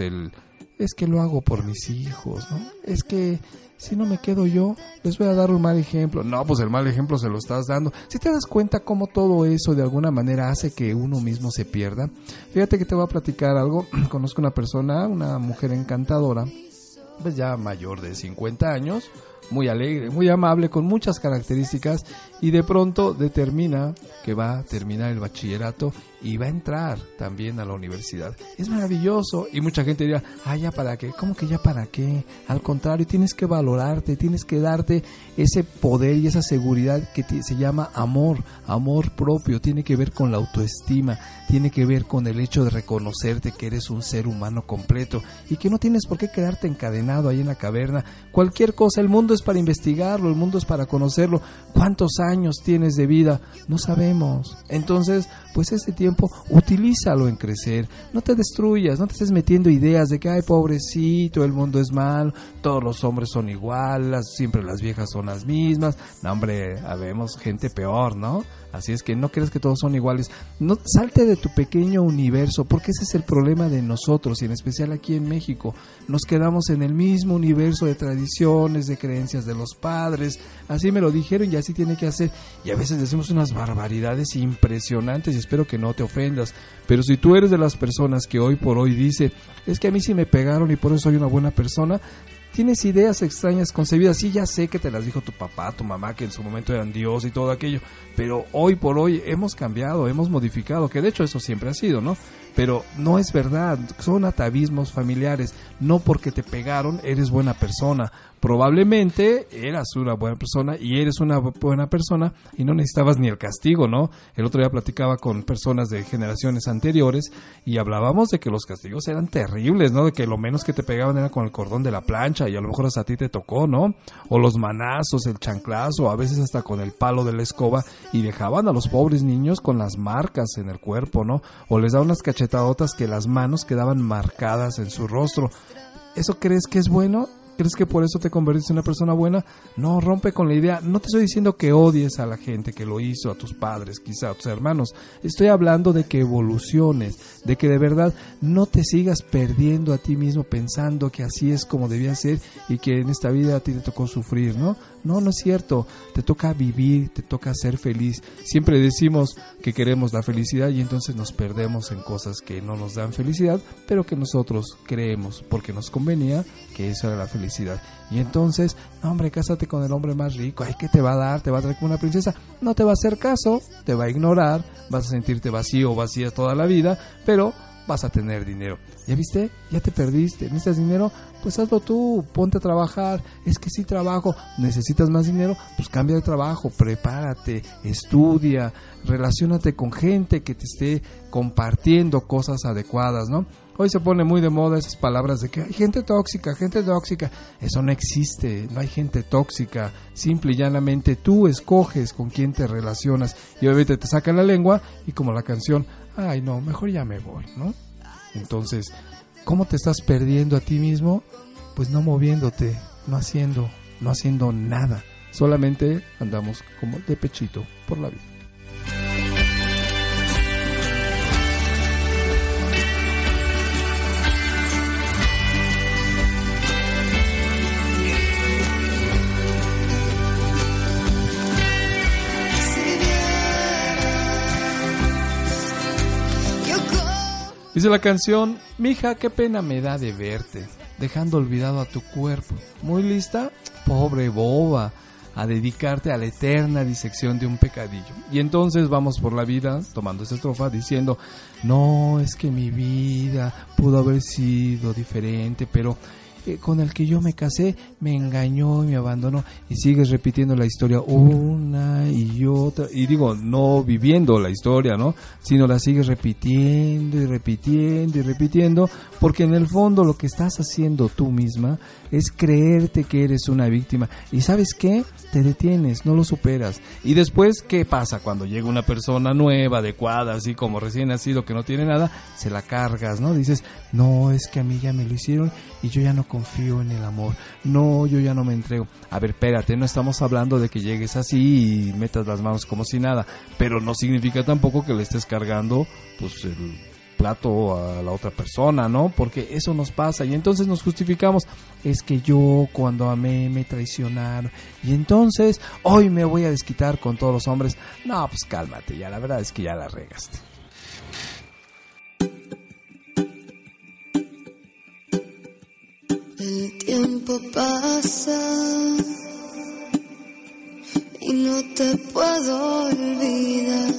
es que lo hago por mis hijos, ¿no? Es que si no me quedo yo, les voy a dar un mal ejemplo. No, pues el mal ejemplo se lo estás dando. Si te das cuenta cómo todo eso de alguna manera hace que uno mismo se pierda. Fíjate que te voy a platicar algo. Conozco una persona, una mujer encantadora, pues ya mayor de 50 años, muy alegre, muy amable, con muchas características, y de pronto determina que va a terminar el bachillerato y va a entrar también a la universidad. Es maravilloso, y mucha gente dirá, ¿ya para qué? ¿Cómo que ya para qué? Al contrario, tienes que valorarte, tienes que darte ese poder y esa seguridad que se llama amor propio, tiene que ver con la autoestima, tiene que ver con el hecho de reconocerte que eres un ser humano completo y que no tienes por qué quedarte encadenado ahí en la caverna. Cualquier cosa, el mundo es para investigarlo, el mundo es para conocerlo. ¿Cuántos años tienes de vida? No sabemos. Entonces, pues ese tiempo utilízalo en crecer. No te destruyas, no te estés metiendo ideas de que, ay, pobrecito, el mundo es malo, todos los hombres son iguales, siempre las viejas son las mismas. No, hombre, habemos gente peor, ¿no? Así es que no creas que todos son iguales. No, salte de tu pequeño universo, porque ese es el problema de nosotros, y en especial aquí en México. Nos quedamos en el mismo universo de tradiciones, de creencias de los padres. Así me lo dijeron y así tiene que hacer. Y a veces decimos unas barbaridades impresionantes y espero que no te ofendas. Pero si tú eres de las personas que hoy por hoy dice, es que a mí sí me pegaron y por eso soy una buena persona, tienes ideas extrañas concebidas. Sí, ya sé que te las dijo tu papá, tu mamá, que en su momento eran Dios y todo aquello, pero hoy por hoy hemos cambiado, hemos modificado, que de hecho eso siempre ha sido, ¿no? Pero no es verdad, son atavismos familiares. No porque te pegaron eres buena persona. Probablemente eras una buena persona y eres una buena persona y no necesitabas ni el castigo, ¿no? El otro día platicaba con personas de generaciones anteriores y hablábamos de que los castigos eran terribles, ¿no? De que lo menos que te pegaban era con el cordón de la plancha y a lo mejor hasta a ti te tocó, ¿no? O los manazos, el chanclazo, a veces hasta con el palo de la escoba, y dejaban a los pobres niños con las marcas en el cuerpo, ¿no? O les daban unas cachetadotas que las manos quedaban marcadas en su rostro. ¿Eso crees que es bueno? ¿Crees que por eso te convertiste en una persona buena? No, rompe con la idea. No te estoy diciendo que odies a la gente que lo hizo, a tus padres, quizá a tus hermanos. Estoy hablando de que evoluciones, de que de verdad no te sigas perdiendo a ti mismo pensando que así es como debía ser y que en esta vida a ti te tocó sufrir, ¿no? No, no es cierto. Te toca vivir, te toca ser feliz. Siempre decimos que queremos la felicidad y entonces nos perdemos en cosas que no nos dan felicidad, pero que nosotros creemos porque nos convenía que eso era la felicidad. Y entonces, no, hombre, cásate con el hombre más rico. Ay, ¿qué te va a dar? ¿Te va a traer como una princesa? No te va a hacer caso, te va a ignorar, vas a sentirte vacío o vacía toda la vida, pero vas a tener dinero. ¿Ya viste? Ya te perdiste. ¿Necesitas dinero? Pues hazlo tú, ponte a trabajar. Es que sí trabajo. ¿Necesitas más dinero? Pues cambia de trabajo, prepárate, estudia, relaciónate con gente que te esté compartiendo cosas adecuadas, ¿no? Hoy se pone muy de moda esas palabras de que hay gente tóxica, gente tóxica. Eso no existe, no hay gente tóxica. Simple y llanamente tú escoges con quién te relacionas. Y obviamente te sacan la lengua y como la canción, ay no, mejor ya me voy, ¿no? Entonces, ¿cómo te estás perdiendo a ti mismo? Pues no moviéndote, no haciendo nada. Solamente andamos como de pechito por la vida. Dice la canción, mija, qué pena me da de verte. dejando olvidado a tu cuerpo. ¿Muy lista? Pobre boba, a dedicarte a la eterna disección de un pecadillo. Y entonces vamos por la vida tomando esta estrofa diciendo, no, es que mi vida pudo haber sido diferente, pero con el que yo me casé me engañó y me abandonó, y sigues repitiendo la historia una y otra, y digo, no viviendo la historia, ¿no? Sino la sigues repitiendo y repitiendo y repitiendo, porque en el fondo lo que estás haciendo tú misma es creerte que eres una víctima. ¿Y sabes qué? Te detienes, no lo superas. Y después, ¿qué pasa? Cuando llega una persona nueva, adecuada, así como recién nacido, que no tiene nada, se la cargas, ¿no? Dices, no, es que a mí ya me lo hicieron y yo ya no confío en el amor. No, yo ya no me entrego. A ver, espérate, no estamos hablando de que llegues así y metas las manos como si nada, pero no significa tampoco que le estés cargando, pues, el plato a la otra persona, ¿no? Porque eso nos pasa y entonces nos justificamos. Es que yo cuando amé me traicionaron y entonces hoy me voy a desquitar con todos los hombres. No, pues cálmate, ya la verdad es que ya la regaste. El tiempo pasa y no te puedo olvidar.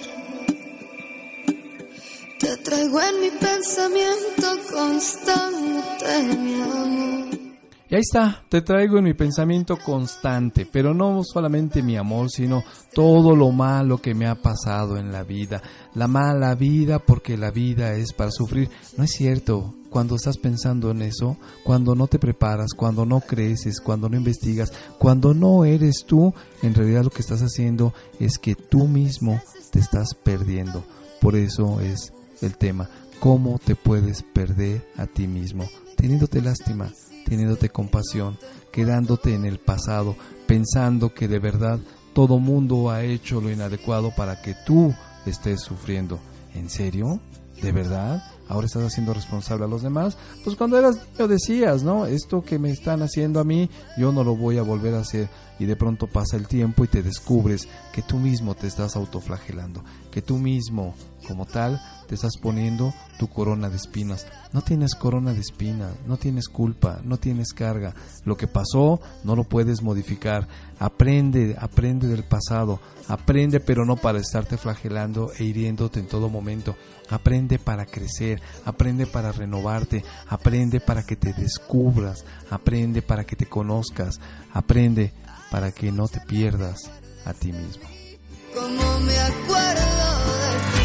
Te traigo en mi pensamiento constante, mi amor. Y ahí está, te traigo en mi pensamiento constante, pero no solamente mi amor, sino todo lo malo que me ha pasado en la vida. La mala vida, porque la vida es para sufrir. No es cierto. Cuando estás pensando en eso, cuando no te preparas, cuando no creces, cuando no investigas, cuando no eres tú, en realidad lo que estás haciendo es que tú mismo te estás perdiendo. Por eso es el tema, ¿cómo te puedes perder a ti mismo? Teniéndote lástima, teniéndote compasión, quedándote en el pasado, pensando que de verdad todo mundo ha hecho lo inadecuado para que tú estés sufriendo. ¿En serio? ¿De verdad? ¿Ahora estás haciendo responsable a los demás? Pues cuando eras niño decías, ¿no? Esto que me están haciendo a mí, yo no lo voy a volver a hacer. Y de pronto pasa el tiempo y te descubres que tú mismo te estás autoflagelando, que tú mismo, como tal, te estás poniendo tu corona de espinas. No tienes corona de espinas, no tienes culpa, no tienes carga. Lo que pasó no lo puedes modificar. Aprende del pasado. Aprende, pero no para estarte flagelando e hiriéndote en todo momento. Aprende para crecer, aprende para renovarte, aprende para que te descubras, aprende para que te conozcas, aprende para que no te pierdas a ti mismo. Como me acuerdo de ti.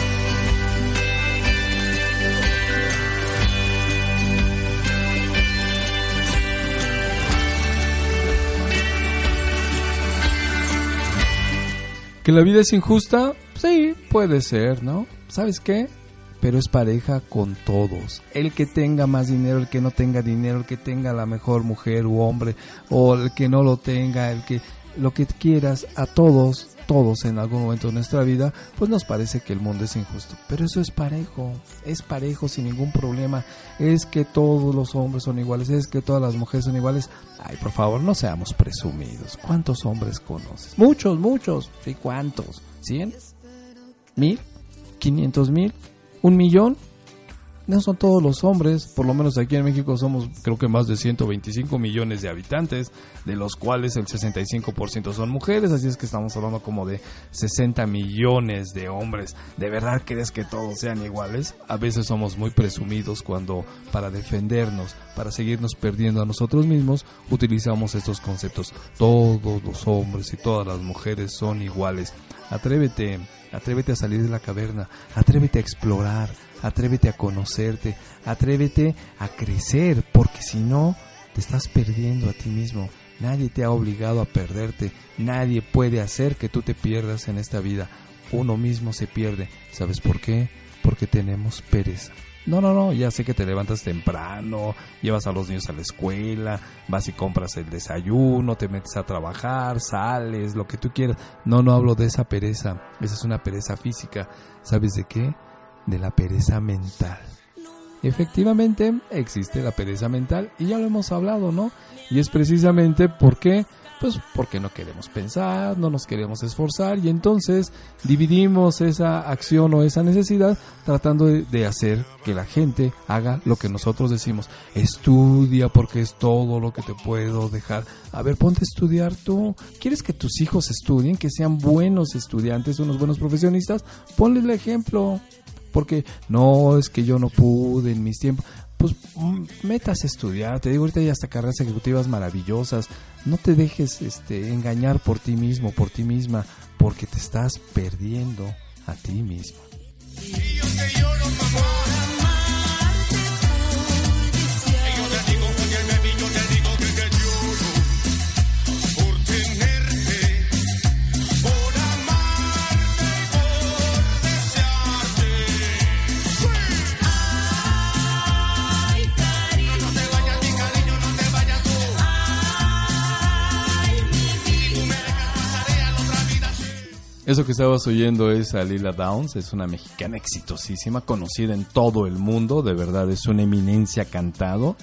¿Que la vida es injusta? Sí, puede ser, ¿no? ¿Sabes qué? Pero es pareja con todos. El que tenga más dinero, el que no tenga dinero, el que tenga la mejor mujer u hombre, o el que no lo tenga, el que lo que quieras, a todos en algún momento de nuestra vida, pues nos parece que el mundo es injusto. Pero eso es parejo sin ningún problema. Es que todos los hombres son iguales, es que todas las mujeres son iguales. Ay, por favor, no seamos presumidos. ¿Cuántos hombres conoces? Muchos. ¿Sí? ¿Cuántos? ¿100? ¿1000? ¿500,000? ¿1,000,000? No son todos los hombres, por lo menos aquí en México somos creo que más de 125 millones de habitantes, de los cuales el 65% son mujeres, así es que estamos hablando como de 60 millones de hombres. ¿De verdad crees que todos sean iguales? A veces somos muy presumidos cuando para defendernos, para seguirnos perdiendo a nosotros mismos, utilizamos estos conceptos. Todos los hombres y todas las mujeres son iguales. Atrévete a salir de la caverna, atrévete a explorar, atrévete a conocerte, atrévete a crecer, porque si no, te estás perdiendo a ti mismo. Nadie te ha obligado a perderte, nadie puede hacer que tú te pierdas en esta vida. Uno mismo se pierde. ¿Sabes por qué? Porque tenemos pereza. No, ya sé que te levantas temprano, llevas a los niños a la escuela, vas y compras el desayuno, te metes a trabajar, sales, lo que tú quieras. No hablo de esa pereza, esa es una pereza física. ¿Sabes de qué? De la pereza mental. Efectivamente, existe la pereza mental y ya lo hemos hablado, ¿no? Y es precisamente porque no queremos pensar, no nos queremos esforzar y entonces dividimos esa acción o esa necesidad tratando de hacer que la gente haga lo que nosotros decimos. Estudia porque es todo lo que te puedo dejar. A ver, ponte a estudiar tú. ¿Quieres que tus hijos estudien, que sean buenos estudiantes, unos buenos profesionistas? Ponles el ejemplo. Porque no, es que yo no pude en mis tiempos. Pues metas a estudiar. Te digo, ahorita hay hasta carreras ejecutivas maravillosas. No te dejes engañar por ti mismo, por ti misma, porque te estás perdiendo a ti mismo. Eso que estabas oyendo es a Lila Downs, es una mexicana exitosísima, conocida en todo el mundo, de verdad es una eminencia cantando,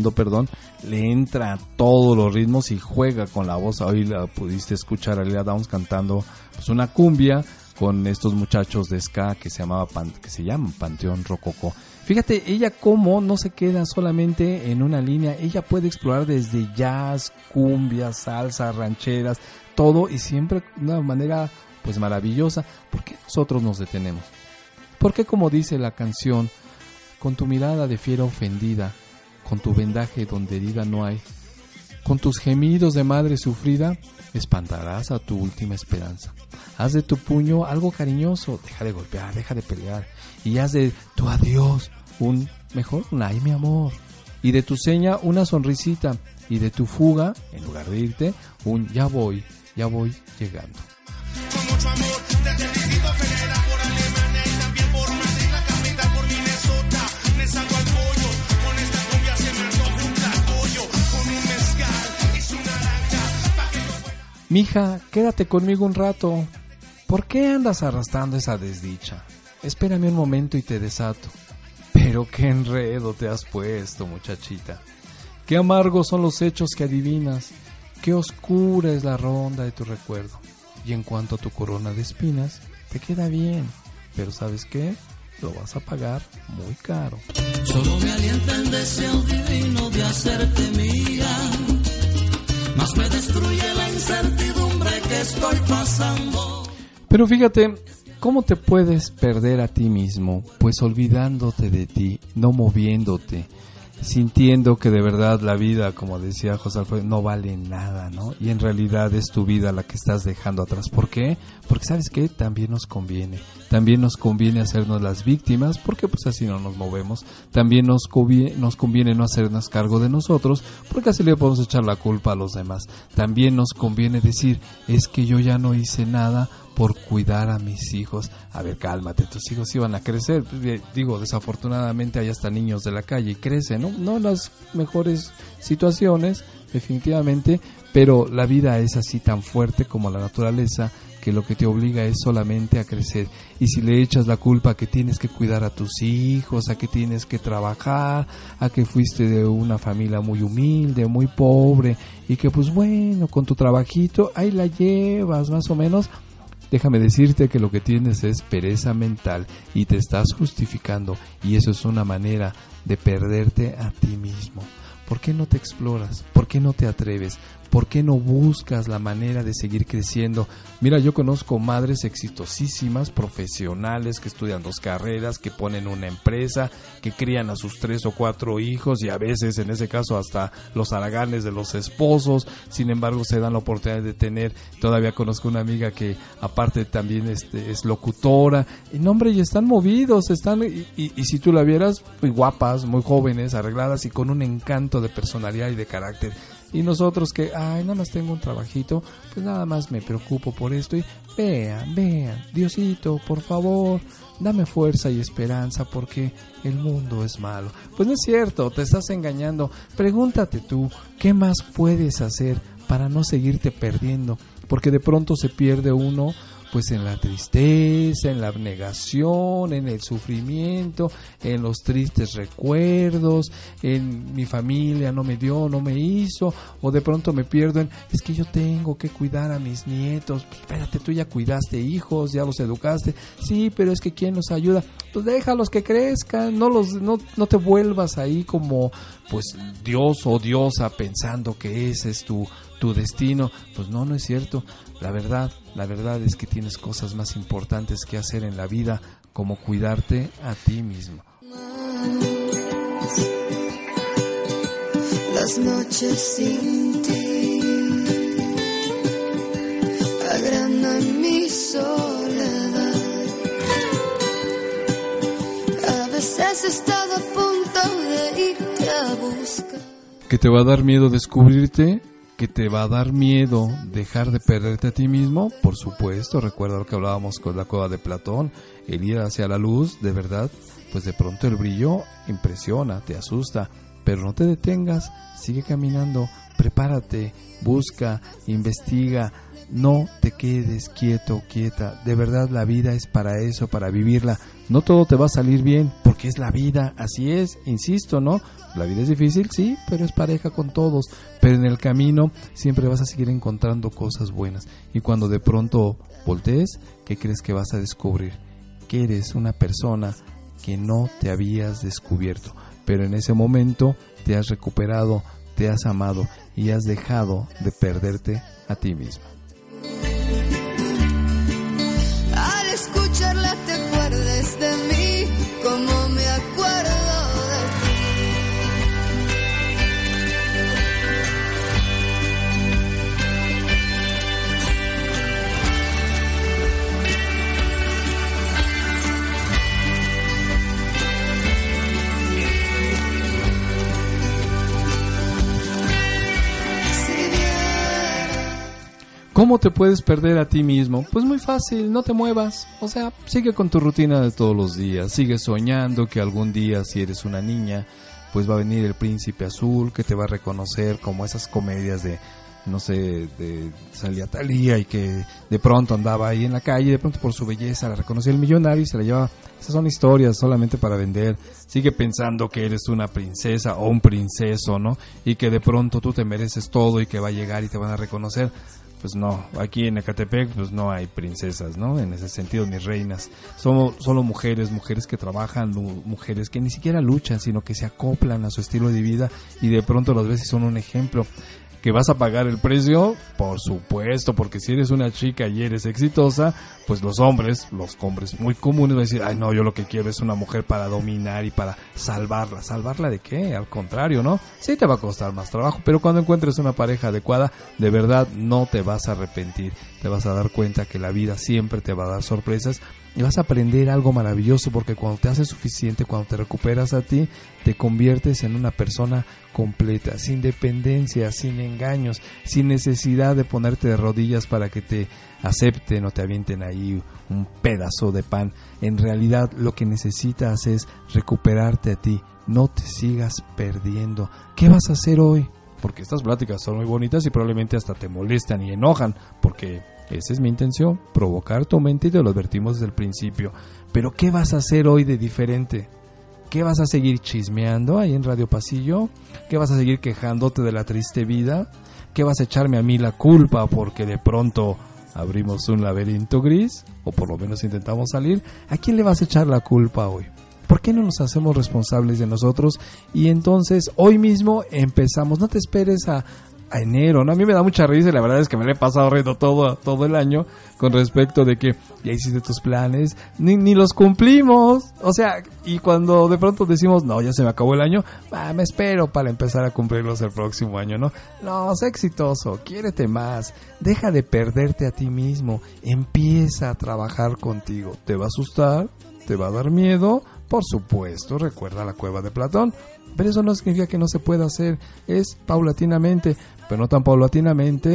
le entra a todos los ritmos y juega con la voz. Hoy la pudiste escuchar a Lila Downs cantando pues una cumbia con estos muchachos de ska que se llaman Panteón Rococó. Fíjate, ella cómo no se queda solamente en una línea, ella puede explorar desde jazz, cumbia, salsa, rancheras, todo y siempre de una manera pues maravillosa. ¿Por qué nosotros nos detenemos? ¿Por qué, como dice la canción, con tu mirada de fiera ofendida, con tu vendaje donde herida no hay, con tus gemidos de madre sufrida, espantarás a tu última esperanza? Haz de tu puño algo cariñoso, deja de golpear, deja de pelear, y haz de tu adiós un ay mi amor, y de tu seña una sonrisita, y de tu fuga, en lugar de irte, un ya voy llegando. Con mucho amor, desde Río Federal por Alemania y también por Madrid, la capital por Minnesota. Me salgo al pollo, con esta cumbia se me antoja un tlacoyo, con un mezcal y su naranja, pa' que yo pueda... Mija, quédate conmigo un rato. ¿Por qué andas arrastrando esa desdicha? Espérame un momento y te desato. Pero qué enredo te has puesto, muchachita. Qué amargos son los hechos que adivinas. Qué oscura es la ronda de tu recuerdo. Y en cuanto a tu corona de espinas, te queda bien, pero ¿sabes qué? Lo vas a pagar muy caro. Solo me alienta el deseo divino de hacerte mía, más me destruye la incertidumbre que estoy pasando. Pero fíjate, ¿cómo te puedes perder a ti mismo? Pues olvidándote de ti, no moviéndote, sintiendo que de verdad la vida, como decía José Alfredo, no vale nada, ¿no? Y en realidad es tu vida la que estás dejando atrás. ¿Por qué? Porque ¿sabes qué? También nos conviene hacernos las víctimas, porque pues así no nos movemos. También nos conviene no hacernos cargo de nosotros, porque así le podemos echar la culpa a los demás. También nos conviene decir, es que yo ya no hice nada por cuidar a mis hijos. A ver, cálmate, tus hijos iban a crecer. Digo, desafortunadamente hay hasta niños de la calle y crecen, ¿no? No en las mejores situaciones, definitivamente, pero la vida es así tan fuerte como la naturaleza, que lo que te obliga es solamente a crecer. Y si le echas la culpa a que tienes que cuidar a tus hijos, a que tienes que trabajar, a que fuiste de una familia muy humilde, muy pobre, y que pues bueno, con tu trabajito ahí la llevas más o menos, déjame decirte que lo que tienes es pereza mental y te estás justificando, y eso es una manera de perderte a ti mismo. ¿Por qué no te exploras? ¿Por qué no te atreves? ¿Por qué no buscas la manera de seguir creciendo? Mira, yo conozco madres exitosísimas, profesionales, que estudian 2 carreras, que ponen una empresa, que crían a sus 3 o 4 hijos y a veces, en ese caso, hasta los haraganes de los esposos. Sin embargo, se dan la oportunidad de tener. Todavía conozco una amiga que, aparte, también es locutora. Y no, hombre, y están movidos, y si tú la vieras, muy guapas, muy jóvenes, arregladas y con un encanto de personalidad y de carácter. Y nosotros que, nada más tengo un trabajito, pues nada más me preocupo por esto. Y vean, Diosito, por favor, dame fuerza y esperanza porque el mundo es malo. Pues no es cierto, te estás engañando. Pregúntate tú, ¿qué más puedes hacer para no seguirte perdiendo? Porque de pronto se pierde uno pues en la tristeza, en la abnegación, en el sufrimiento, en los tristes recuerdos, en mi familia no me dio, no me hizo, o de pronto me pierdo en, es que yo tengo que cuidar a mis nietos. Pues espérate, tú ya cuidaste hijos, ya los educaste, sí, pero es que ¿quién los ayuda? Pues déjalos que crezcan, no te vuelvas ahí como pues Dios o diosa pensando que ese es tu destino. Pues no es cierto. La verdad es que tienes cosas más importantes que hacer en la vida, como cuidarte a ti mismo. Las noches sin ti agrandan mi soledad. A veces he estado a punto de irte a buscar. ¿Que te va a dar miedo descubrirte? ¿Que te va a dar miedo dejar de perderte a ti mismo? Por supuesto, recuerda lo que hablábamos con la cueva de Platón, el ir hacia la luz, de verdad, pues de pronto el brillo impresiona, te asusta, pero no te detengas, sigue caminando, prepárate, busca, investiga, no te quedes quieto, quieta, de verdad la vida es para eso, para vivirla. No todo te va a salir bien, porque es la vida, así es, insisto, ¿no? La vida es difícil, sí, pero es pareja con todos, pero en el camino siempre vas a seguir encontrando cosas buenas. Y cuando de pronto voltees, ¿qué crees que vas a descubrir? Que eres una persona que no te habías descubierto, pero en ese momento te has recuperado, te has amado y has dejado de perderte a ti mismo. Al escucharla te acuerdes de mí, como me acuerdo de ti. ¿Cómo te puedes perder a ti mismo? Pues muy fácil, no te muevas. O sea, sigue con tu rutina de todos los días. Sigue soñando que algún día, si eres una niña, pues va a venir el príncipe azul que te va a reconocer, como esas comedias de, no sé, de salía Thalía y que de pronto andaba ahí en la calle y de pronto por su belleza la reconocía el millonario y se la llevaba. Esas son historias solamente para vender. Sigue pensando que eres una princesa o un princeso, ¿no? Y que de pronto tú te mereces todo y que va a llegar y te van a reconocer. Pues no, aquí en Ecatepec pues no hay princesas, ¿no? En ese sentido, ni reinas. Somos solo mujeres que trabajan, mujeres que ni siquiera luchan, sino que se acoplan a su estilo de vida y de pronto las ves y son un ejemplo. ¿Que vas a pagar el precio? Por supuesto, porque si eres una chica y eres exitosa, pues los hombres muy comunes van a decir, ay no, yo lo que quiero es una mujer para dominar y para salvarla. ¿Salvarla de qué? Al contrario, ¿no? Sí te va a costar más trabajo, pero cuando encuentres una pareja adecuada, de verdad no te vas a arrepentir. Te vas a dar cuenta que la vida siempre te va a dar sorpresas y vas a aprender algo maravilloso, porque cuando te haces suficiente, cuando te recuperas a ti, te conviertes en una persona completa, sin dependencia, sin engaños, sin necesidad de ponerte de rodillas para que te acepten o te avienten ahí un pedazo de pan. En realidad lo que necesitas es recuperarte a ti, no te sigas perdiendo. ¿Qué vas a hacer hoy? Porque estas pláticas son muy bonitas y probablemente hasta te molestan y enojan, porque esa es mi intención, provocar tu mente, y te lo advertimos desde el principio. Pero ¿qué vas a hacer hoy de diferente? ¿Qué vas a seguir chismeando ahí en Radio Pasillo? ¿Qué vas a seguir quejándote de la triste vida? ¿Qué vas a echarme a mí la culpa porque de pronto abrimos un laberinto gris? O por lo menos intentamos salir. ¿A quién le vas a echar la culpa hoy? ¿Por qué no nos hacemos responsables de nosotros? Y entonces hoy mismo empezamos. No te esperes a enero, ¿no? A mí me da mucha risa y la verdad es que me lo he pasado riendo todo el año con respecto de que ya hiciste tus planes, ni los cumplimos. O sea, y cuando de pronto decimos, no, ya se me acabó el año, me espero para empezar a cumplirlos el próximo año, ¿no? No, sé exitoso, quiérete más, deja de perderte a ti mismo, empieza a trabajar contigo. ¿Te va a asustar? ¿Te va a dar miedo? Por supuesto, recuerda la cueva de Platón. Pero eso no significa que no se pueda hacer, es paulatinamente, pero no tan paulatinamente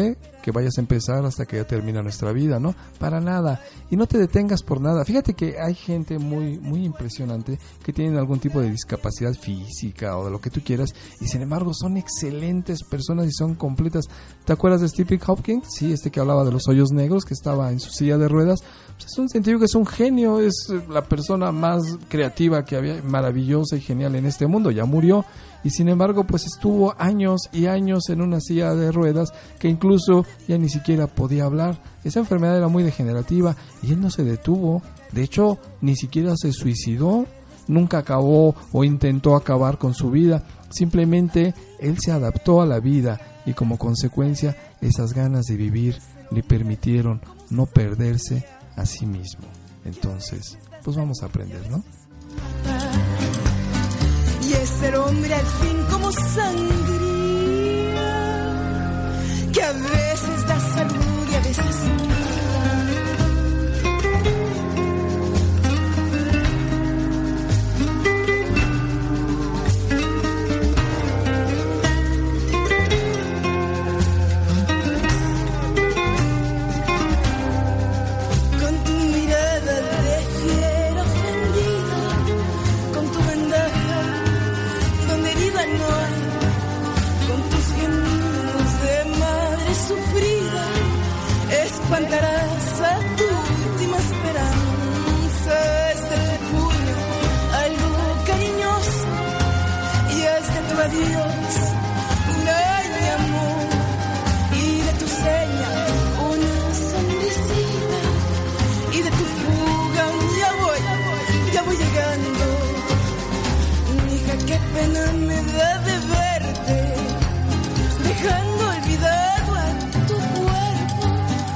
que vayas a empezar hasta que ya termina nuestra vida, ¿no? Para nada. Y no te detengas por nada. Fíjate que hay gente muy, muy impresionante que tienen algún tipo de discapacidad física o de lo que tú quieras, y sin embargo son excelentes personas y son completas. ¿Te acuerdas de Stephen Hawking? Sí, que hablaba de los hoyos negros, que estaba en su silla de ruedas. Pues es un científico que es un genio, es la persona más creativa que había, maravillosa y genial en este mundo. Ya murió, y sin embargo pues estuvo años y años en una silla de ruedas, que incluso ya ni siquiera podía hablar. Esa enfermedad era muy degenerativa y él no se detuvo. De hecho, ni siquiera se suicidó, nunca acabó o intentó acabar con su vida. Simplemente él se adaptó a la vida, y como consecuencia esas ganas de vivir le permitieron no perderse a sí mismo. Entonces, pues vamos a aprender, ¿no? Y es ser hombre al fin como sangría, que a veces da salud y a veces no. Espantarás a tu última esperanza. Es de tu puño algo cariñoso, y es de tu adiós un ay de amor, y de tu seña una sonrisita, y de tu fuga ya voy llegando. Hija, qué pena me da de verte, dejando olvidado a tu cuerpo.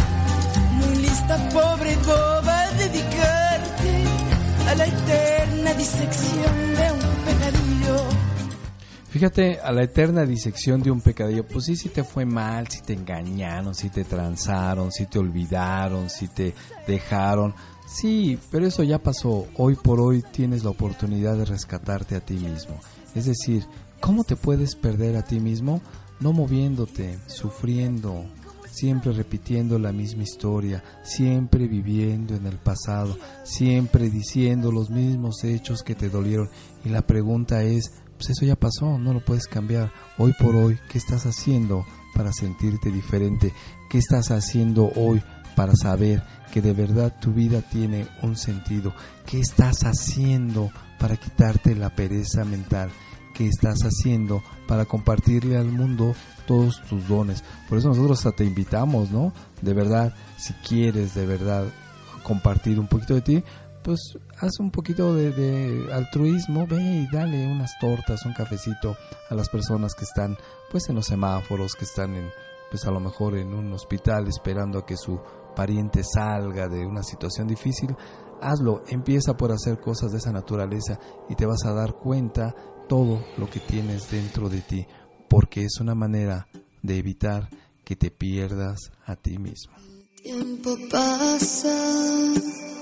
Pobre boba, dedicarte a la eterna disección de un pecadillo. Fíjate, a la eterna disección de un pecadillo. Pues sí, si te fue mal, si te engañaron, si te transaron, si te olvidaron, si te dejaron. Sí, pero eso ya pasó. Hoy por hoy tienes la oportunidad de rescatarte a ti mismo. Es decir, ¿cómo te puedes perder a ti mismo? No moviéndote, sufriendo, siempre repitiendo la misma historia, siempre viviendo en el pasado, siempre diciendo los mismos hechos que te dolieron. Y la pregunta es, pues eso ya pasó, no lo puedes cambiar. Hoy por hoy, ¿qué estás haciendo para sentirte diferente? ¿Qué estás haciendo hoy para saber que de verdad tu vida tiene un sentido? ¿Qué estás haciendo para quitarte la pereza mental? ¿Qué estás haciendo para compartirle al mundo todos tus dones? Por eso nosotros hasta te invitamos, ¿no? De verdad, si quieres de verdad compartir un poquito de ti, pues haz un poquito de altruismo, ve y dale unas tortas, un cafecito a las personas que están pues en los semáforos, que están en, pues a lo mejor en un hospital esperando a que su pariente salga de una situación difícil. Hazlo, empieza por hacer cosas de esa naturaleza y te vas a dar cuenta todo lo que tienes dentro de ti, porque es una manera de evitar que te pierdas a ti mismo. El tiempo pasa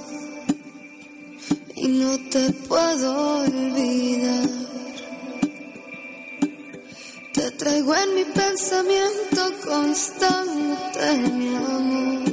y no te puedo olvidar. Te traigo en mi pensamiento constante, mi amor.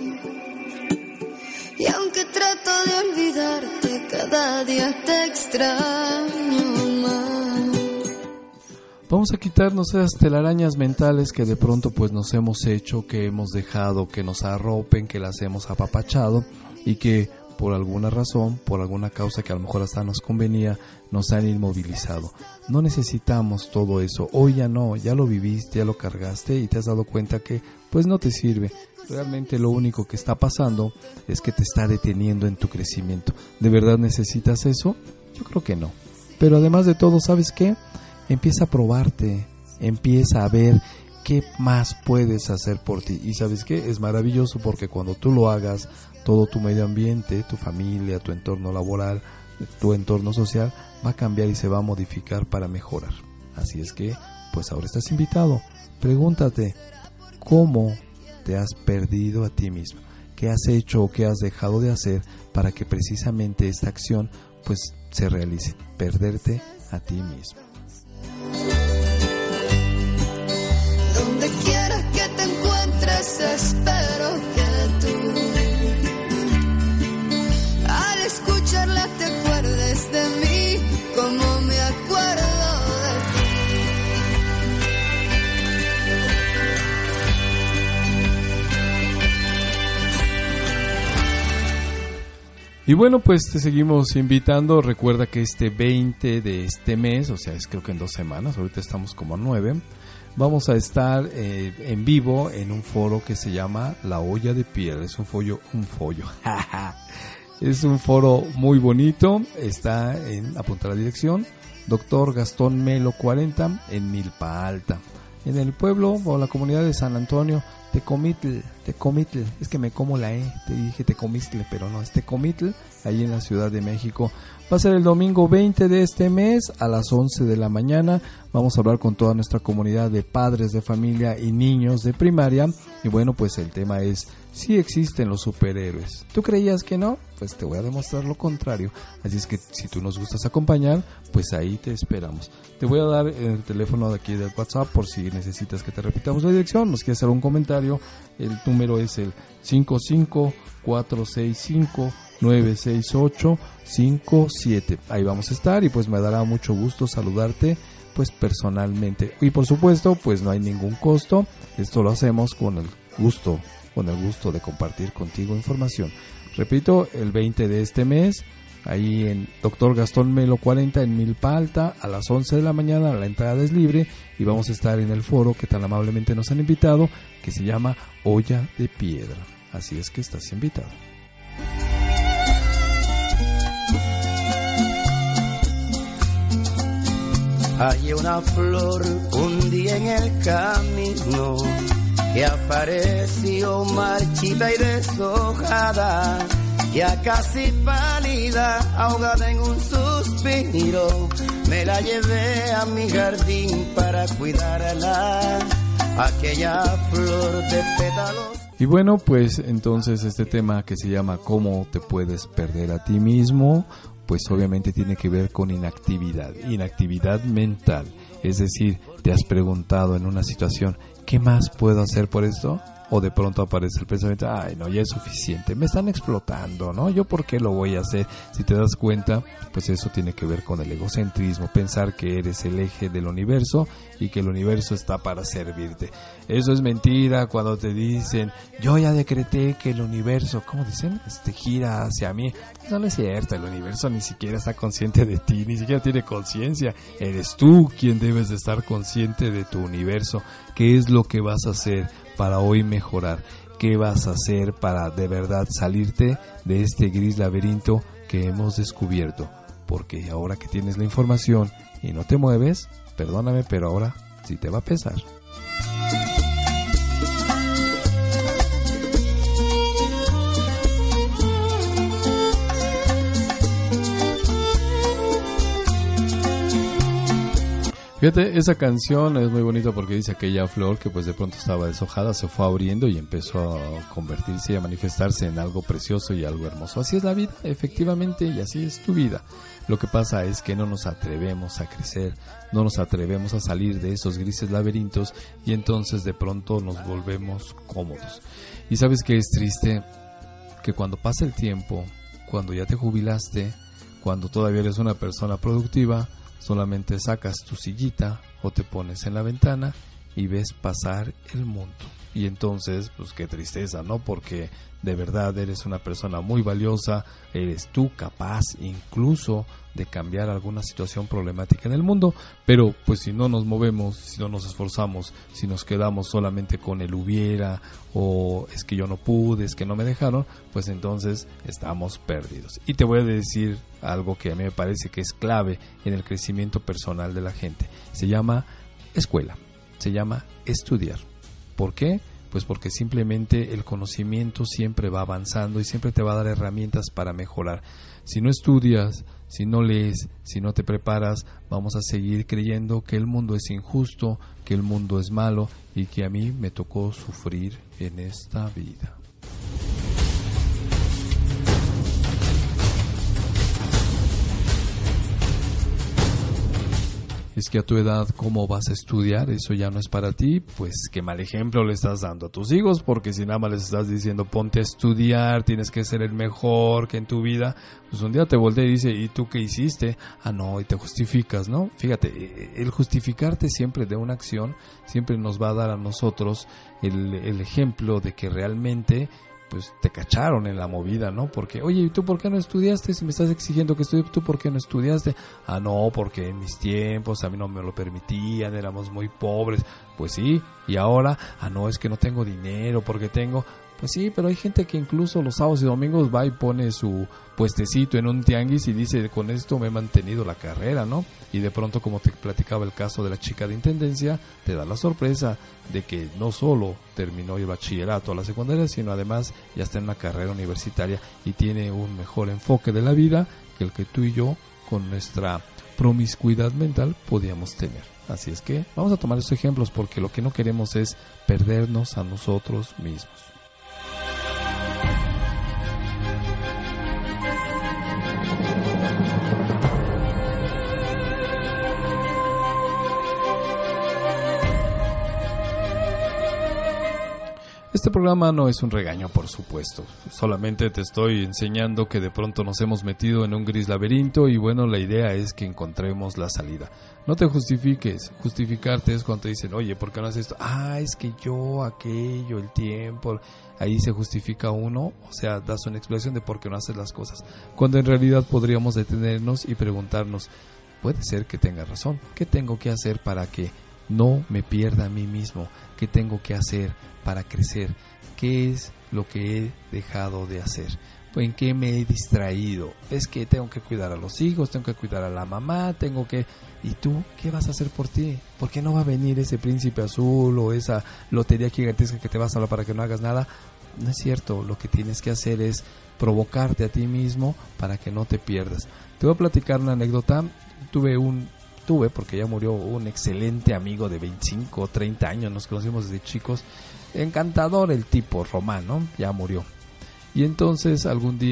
Y aunque trato de olvidarte, cada día te extraño más. Vamos a quitarnos esas telarañas mentales que de pronto pues nos hemos hecho, que hemos dejado que nos arropen, que las hemos apapachado y que por alguna razón, por alguna causa que a lo mejor hasta nos convenía, nos han inmovilizado. No necesitamos todo eso. Hoy ya no, ya lo viviste, ya lo cargaste y te has dado cuenta que pues no te sirve. Realmente lo único que está pasando es que te está deteniendo en tu crecimiento. ¿De verdad necesitas eso? Yo creo que no. Pero además de todo, ¿sabes qué? Empieza a probarte, empieza a ver qué más puedes hacer por ti. Y ¿sabes qué? Es maravilloso porque cuando tú lo hagas, todo tu medio ambiente, tu familia, tu entorno laboral, tu entorno social va a cambiar y se va a modificar para mejorar. Así es que, pues ahora estás invitado. Pregúntate, ¿cómo te has perdido a ti mismo? ¿Qué has hecho o qué has dejado de hacer para que precisamente esta acción pues se realice? Perderte a ti mismo. Donde quiera que te encuentres, Y bueno, pues te seguimos invitando. Recuerda que este 20 de este mes, o sea, es creo que en 2 semanas, ahorita estamos como a 9, vamos a estar en vivo en un foro que se llama La Olla de Piedra. Es un follo. Es un foro muy bonito. Está en, apunta la dirección, Dr. Gastón Melo 40 en Milpa Alta, en el pueblo o la comunidad de San Antonio Tecomitl, es que me como la te dije Tecomistle, pero no, es Tecomitl, ahí en la Ciudad de México. Va a ser el domingo 20 de este mes a las 11 de la mañana. Vamos a hablar con toda nuestra comunidad de padres de familia y niños de primaria. Y bueno, pues el tema es, ¿sí existen los superhéroes? ¿Tú creías que no? Pues te voy a demostrar lo contrario. Así es que si tú nos gustas acompañar, pues ahí te esperamos. Te voy a dar el teléfono de aquí del WhatsApp por si necesitas que te repitamos la dirección. Nos quieres hacer un comentario. El número es el 55-465-968-57. Ahí vamos a estar y pues me dará mucho gusto saludarte pues personalmente. Y por supuesto, pues no hay ningún costo. Esto lo hacemos con el gusto de compartir contigo información. Repito, el 20 de este mes, ahí en Dr. Gastón Melo 40 en Milpa Alta, a las 11 de la mañana, la entrada es libre y vamos a estar en el foro que tan amablemente nos han invitado, que se llama Olla de Piedra. Así es que estás invitado. Hay una flor un día en el camino que apareció marchita y deshojada, ya casi pálida, ahogada en un suspiro. Me la llevé a mi jardín para cuidarla, aquella flor de pétalos. Y bueno, pues entonces este tema que se llama ¿Cómo te puedes perder a ti mismo? Pues obviamente tiene que ver con inactividad mental. Es decir, te has preguntado en una situación, ¿qué más puedo hacer por esto? O de pronto aparece el pensamiento, ay no, ya es suficiente, me están explotando, ¿no? ¿Yo por qué lo voy a hacer? Si te das cuenta, pues eso tiene que ver con el egocentrismo, pensar que eres el eje del universo y que el universo está para servirte. Eso es mentira cuando te dicen, yo ya decreté que el universo, ¿cómo dicen? Gira hacia mí. Eso no es cierto, el universo ni siquiera está consciente de ti, ni siquiera tiene conciencia. Eres tú quien debes de estar consciente de tu universo. ¿Qué es lo que vas a hacer para hoy mejorar? ¿Qué vas a hacer para de verdad salirte de este gris laberinto que hemos descubierto? Porque ahora que tienes la información y no te mueves, perdóname, pero ahora sí te va a pesar. Fíjate, esa canción es muy bonita porque dice aquella flor que pues de pronto estaba deshojada, se fue abriendo y empezó a convertirse y a manifestarse en algo precioso y algo hermoso. Así es la vida, efectivamente, y así es tu vida. Lo que pasa es que no nos atrevemos a crecer, no nos atrevemos a salir de esos grises laberintos y entonces de pronto nos volvemos cómodos. Y sabes que es triste que cuando pasa el tiempo, cuando ya te jubilaste, cuando todavía eres una persona productiva, solamente sacas tu sillita o te pones en la ventana y ves pasar el mundo. Y entonces, pues qué tristeza, ¿no? Porque de verdad eres una persona muy valiosa, eres tú capaz incluso de cambiar alguna situación problemática en el mundo, pero pues si no nos movemos, si no nos esforzamos, si nos quedamos solamente con el hubiera o es que yo no pude, es que no me dejaron, pues entonces estamos perdidos. Y te voy a decir algo que a mí me parece que es clave en el crecimiento personal de la gente. Se llama escuela, se llama estudiar. ¿Por qué? Pues porque simplemente el conocimiento siempre va avanzando y siempre te va a dar herramientas para mejorar. Si no estudias, si no lees, si no te preparas, vamos a seguir creyendo que el mundo es injusto, que el mundo es malo y que a mí me tocó sufrir en esta vida. Es que a tu edad, ¿cómo vas a estudiar? Eso ya no es para ti. Pues qué mal ejemplo le estás dando a tus hijos, porque si nada más les estás diciendo ponte a estudiar, tienes que ser el mejor que en tu vida, pues un día te voltea y dice, ¿y tú qué hiciste? Ah, no, y te justificas, ¿no? Fíjate, el justificarte siempre de una acción siempre nos va a dar a nosotros el ejemplo de que realmente pues te cacharon en la movida, ¿no? Porque, oye, ¿y tú por qué no estudiaste? Si me estás exigiendo que estudie, ¿tú por qué no estudiaste? Ah, no, porque en mis tiempos a mí no me lo permitían, éramos muy pobres. Pues sí, y ahora, ah, no, es que no tengo dinero, porque tengo... Pues sí, pero hay gente que incluso los sábados y domingos va y pone su puestecito en un tianguis y dice, con esto me he mantenido la carrera, ¿no? Y de pronto, como te platicaba el caso de la chica de intendencia, te da la sorpresa de que no solo terminó el bachillerato o la secundaria, sino además ya está en una carrera universitaria y tiene un mejor enfoque de la vida que el que tú y yo, con nuestra promiscuidad mental, podíamos tener. Así es que vamos a tomar estos ejemplos porque lo que no queremos es perdernos a nosotros mismos. Este programa no es un regaño, por supuesto. Solamente te estoy enseñando que de pronto nos hemos metido en un gris laberinto y bueno, la idea es que encontremos la salida. No te justifiques. Justificarte es cuando te dicen, oye, ¿por qué no haces esto? Ah, es que yo, aquello, el tiempo. Ahí se justifica uno, o sea, das una explicación de por qué no haces las cosas. Cuando en realidad podríamos detenernos y preguntarnos, puede ser que tenga razón. ¿Qué tengo que hacer para que no me pierda a mí mismo? ¿Qué tengo que hacer para crecer? ¿Qué es lo que he dejado de hacer? ¿En qué me he distraído? Es que tengo que cuidar a los hijos, tengo que cuidar a la mamá, tengo que... ¿Y tú qué vas a hacer por ti? ¿Por qué no va a venir ese príncipe azul o esa lotería gigantesca que te vas a hablar para que no hagas nada? No es cierto, lo que tienes que hacer es provocarte a ti mismo para que no te pierdas. Te voy a platicar una anécdota. Tuve, porque ya murió, un excelente amigo de 25 o 30 años, nos conocimos desde chicos, encantador el tipo, Román, ¿no? Ya murió. Y entonces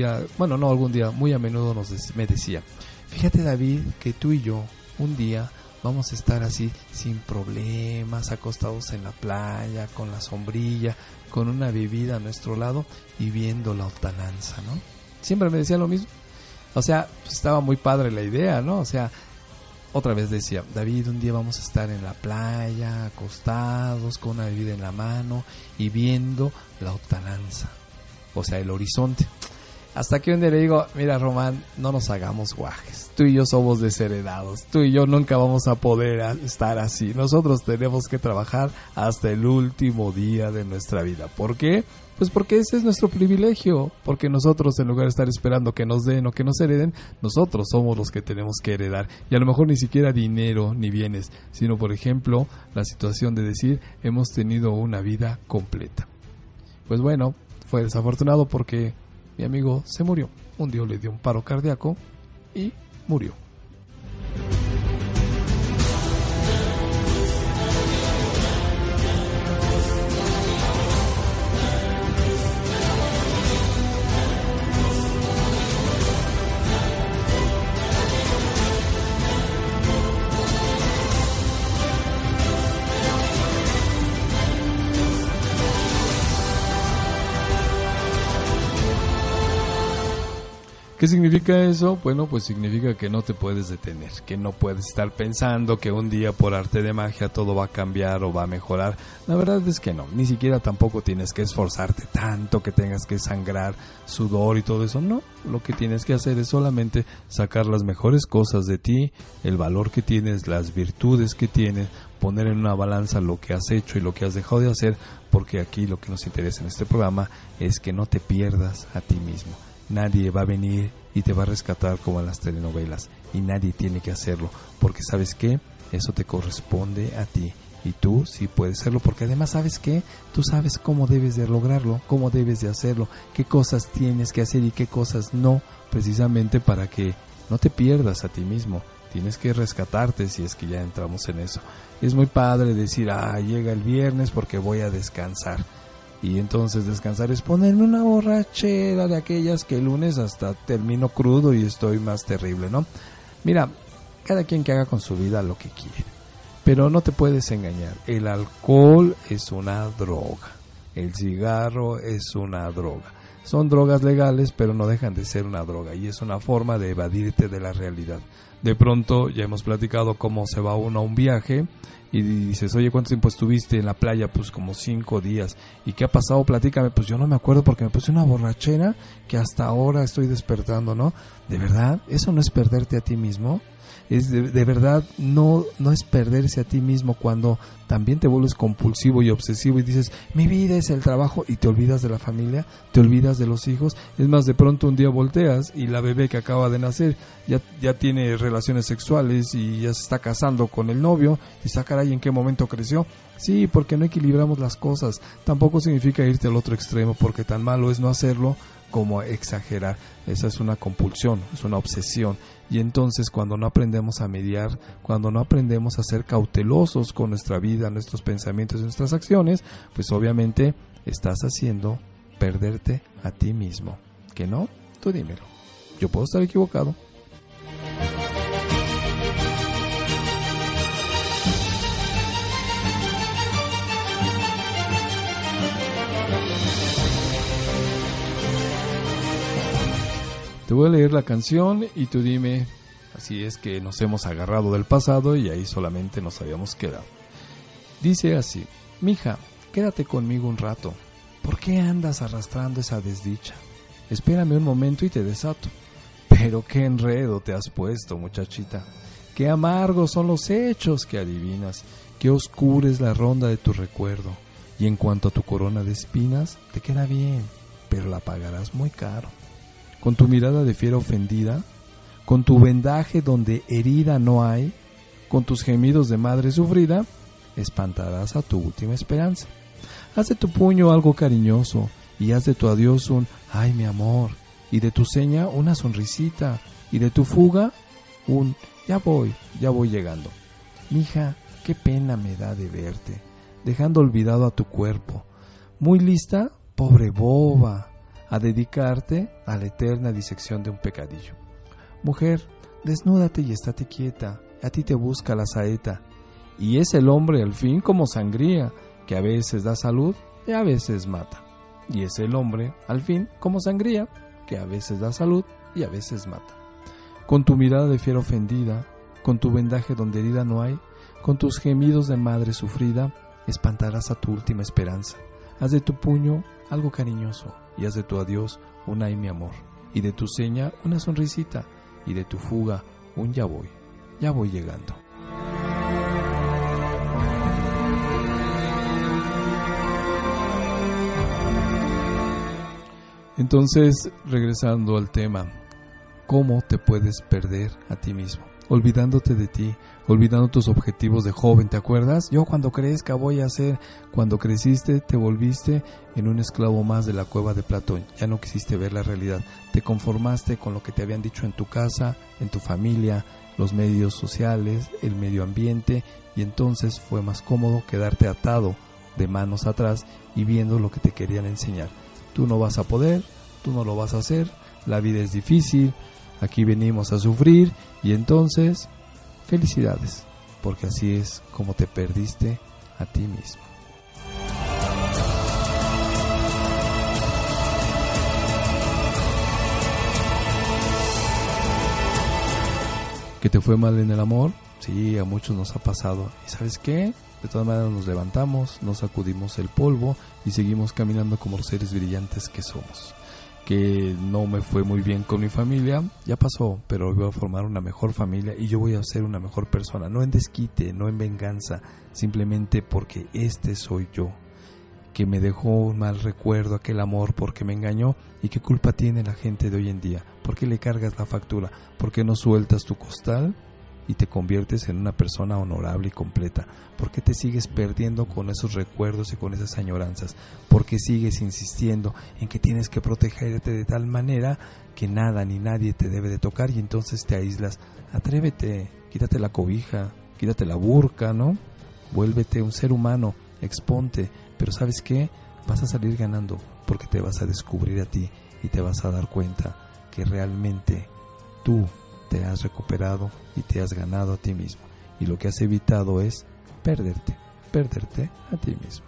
muy a menudo me decía, fíjate David, que tú y yo un día vamos a estar así, sin problemas, acostados en la playa, con la sombrilla, con una bebida a nuestro lado y viendo la lontananza, ¿no? Siempre me decía lo mismo. O sea, pues estaba muy padre la idea, ¿no? O sea, otra vez decía, David, un día vamos a estar en la playa, acostados, con una bebida en la mano y viendo la lontananza, o sea, el horizonte. Hasta que un día le digo, mira Román, no nos hagamos guajes, tú y yo somos desheredados, tú y yo nunca vamos a poder estar así, nosotros tenemos que trabajar hasta el último día de nuestra vida. ¿Por qué? Pues porque ese es nuestro privilegio, porque nosotros, en lugar de estar esperando que nos den o que nos hereden, nosotros somos los que tenemos que heredar, y a lo mejor ni siquiera dinero ni bienes, sino por ejemplo la situación de decir, hemos tenido una vida completa. Pues bueno, fue desafortunado porque mi amigo se murió. Un día le dio un paro cardíaco y murió. ¿Qué significa eso? Bueno, pues significa que no te puedes detener, que no puedes estar pensando que un día por arte de magia todo va a cambiar o va a mejorar. La verdad es que no, ni siquiera tampoco tienes que esforzarte tanto, que tengas que sangrar sudor y todo eso. No, lo que tienes que hacer es solamente sacar las mejores cosas de ti, el valor que tienes, las virtudes que tienes, poner en una balanza lo que has hecho y lo que has dejado de hacer, porque aquí lo que nos interesa en este programa es que no te pierdas a ti mismo. Nadie va a venir y te va a rescatar como en las telenovelas, y nadie tiene que hacerlo, porque ¿sabes qué? Eso te corresponde a ti, y tú sí puedes hacerlo, porque además ¿sabes qué? Tú sabes cómo debes de lograrlo, cómo debes de hacerlo, qué cosas tienes que hacer y qué cosas no, precisamente para que no te pierdas a ti mismo. Tienes que rescatarte si es que ya entramos en eso. Es muy padre decir, llega el viernes porque voy a descansar. Y entonces descansar es ponerme una borrachera de aquellas que el lunes hasta termino crudo y estoy más terrible, ¿no? Mira, cada quien que haga con su vida lo que quiere. Pero no te puedes engañar. El alcohol es una droga. El cigarro es una droga. Son drogas legales, pero no dejan de ser una droga. Y es una forma de evadirte de la realidad. De pronto ya hemos platicado cómo se va uno a un viaje y dices, oye, ¿cuánto tiempo estuviste en la playa? Pues como 5 días. ¿Y qué ha pasado? Platícame. Pues yo no me acuerdo porque me puse una borrachera que hasta ahora estoy despertando, ¿no? ¿De verdad? ¿Eso no es perderte a ti mismo? Es de verdad no es perderse a ti mismo cuando también te vuelves compulsivo y obsesivo y dices, mi vida es el trabajo, y te olvidas de la familia, te olvidas de los hijos. Es más, de pronto un día volteas y la bebé que acaba de nacer ya tiene relaciones sexuales y ya se está casando con el novio y está, caray, ¿en qué momento creció? Sí, porque no equilibramos las cosas. Tampoco significa irte al otro extremo, porque tan malo es no hacerlo como exagerar. Esa es una compulsión, es una obsesión. Y entonces cuando no aprendemos a mediar, cuando no aprendemos a ser cautelosos con nuestra vida, nuestros pensamientos y nuestras acciones, pues obviamente estás haciendo perderte a ti mismo. ¿Que no? Tú dímelo. Yo puedo estar equivocado. Te voy a leer la canción y tú dime, así es que nos hemos agarrado del pasado y ahí solamente nos habíamos quedado. Dice así: mija, quédate conmigo un rato. ¿Por qué andas arrastrando esa desdicha? Espérame un momento y te desato. Pero qué enredo te has puesto, muchachita. Qué amargos son los hechos que adivinas. Qué oscura es la ronda de tu recuerdo. Y en cuanto a tu corona de espinas, te queda bien, pero la pagarás muy caro. Con tu mirada de fiera ofendida, con tu vendaje donde herida no hay, con tus gemidos de madre sufrida, espantarás a tu última esperanza. Haz de tu puño algo cariñoso y haz de tu adiós un ay mi amor, y de tu seña una sonrisita, y de tu fuga un ya voy llegando. Mija, qué pena me da de verte, dejando olvidado a tu cuerpo. Muy lista, pobre boba, a dedicarte a la eterna disección de un pecadillo. Mujer, desnúdate y estate quieta, a ti te busca la saeta. Y es el hombre al fin como sangría, que a veces da salud y a veces mata. Y es el hombre al fin como sangría, que a veces da salud y a veces mata. Con tu mirada de fiera ofendida, con tu vendaje donde herida no hay, con tus gemidos de madre sufrida, espantarás a tu última esperanza. Haz de tu puño algo cariñoso y haz de tu adiós un ay mi amor, y de tu seña una sonrisita, y de tu fuga un ya voy llegando. Entonces, regresando al tema, ¿cómo te puedes perder a ti mismo? Olvidándote de ti, olvidando tus objetivos de joven, ¿te acuerdas? Yo cuando crezca voy a ser. Cuando creciste te volviste en un esclavo más de la cueva de Platón, ya no quisiste ver la realidad, te conformaste con lo que te habían dicho en tu casa, en tu familia, los medios sociales, el medio ambiente, y entonces fue más cómodo quedarte atado de manos atrás y viendo lo que te querían enseñar. Tú no vas a poder, tú no lo vas a hacer, la vida es difícil, aquí venimos a sufrir, y entonces, felicidades, porque así es como te perdiste a ti mismo. ¿Que te fue mal en el amor? Sí, a muchos nos ha pasado. ¿Y sabes qué? De todas maneras nos levantamos, nos sacudimos el polvo y seguimos caminando como los seres brillantes que somos. Que no me fue muy bien con mi familia, ya pasó, pero voy a formar una mejor familia y yo voy a ser una mejor persona, no en desquite, no en venganza, simplemente porque este soy yo, que me dejó un mal recuerdo aquel amor porque me engañó. ¿Y qué culpa tiene la gente de hoy en día? ¿Por qué le cargas la factura? ¿Por qué no sueltas tu costal y te conviertes en una persona honorable y completa? ¿Por qué te sigues perdiendo con esos recuerdos y con esas añoranzas? ¿Por qué sigues insistiendo en que tienes que protegerte de tal manera que nada ni nadie te debe de tocar y entonces te aíslas? Atrévete, quítate la cobija, quítate la burka, ¿no? Vuélvete un ser humano, exponte, pero ¿sabes qué? Vas a salir ganando porque te vas a descubrir a ti y te vas a dar cuenta que realmente tú te has recuperado y te has ganado a ti mismo, y lo que has evitado es perderte a ti mismo.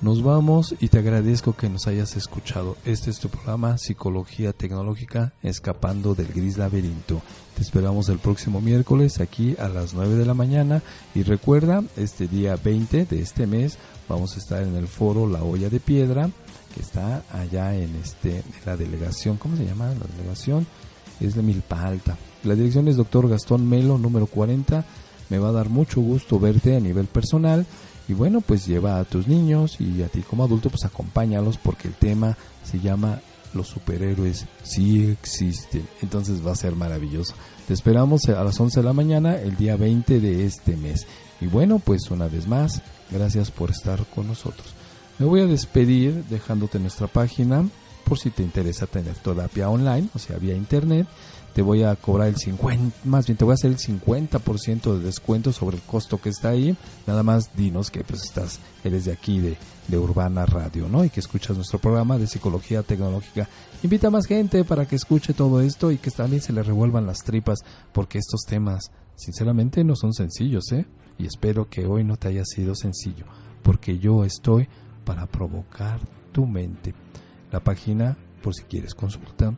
Nos vamos y te agradezco que nos hayas escuchado. Este es tu programa Psicología Tecnológica, escapando del gris laberinto. Te esperamos el próximo miércoles aquí a las 9 de la mañana. Y recuerda, este día 20 de este mes vamos a estar en el foro La Olla de Piedra, que está allá en la delegación. ¿Cómo se llama la delegación? Es de Milpa Alta. La dirección es Dr. Gastón Melo, número 40. Me va a dar mucho gusto verte a nivel personal. Y bueno, pues lleva a tus niños y a ti como adulto, pues acompáñalos, porque el tema se llama Los superhéroes sí existen. Entonces va a ser maravilloso. Te esperamos a las 11 de la mañana el día 20 de este mes. Y bueno, pues una vez más, gracias por estar con nosotros. Me voy a despedir dejándote nuestra página por si te interesa tener terapia online, o sea, vía internet. Te voy a cobrar te voy a hacer el 50% de descuento sobre el costo que está ahí. Nada más dinos que pues eres de aquí, de Urbana Radio, ¿no? Y que escuchas nuestro programa de Psicología Tecnológica. Invita a más gente para que escuche todo esto y que también se le revuelvan las tripas, porque estos temas, sinceramente, no son sencillos, ¿eh? Y espero que hoy no te haya sido sencillo, porque yo estoy para provocar tu mente. La página, por si quieres consulta,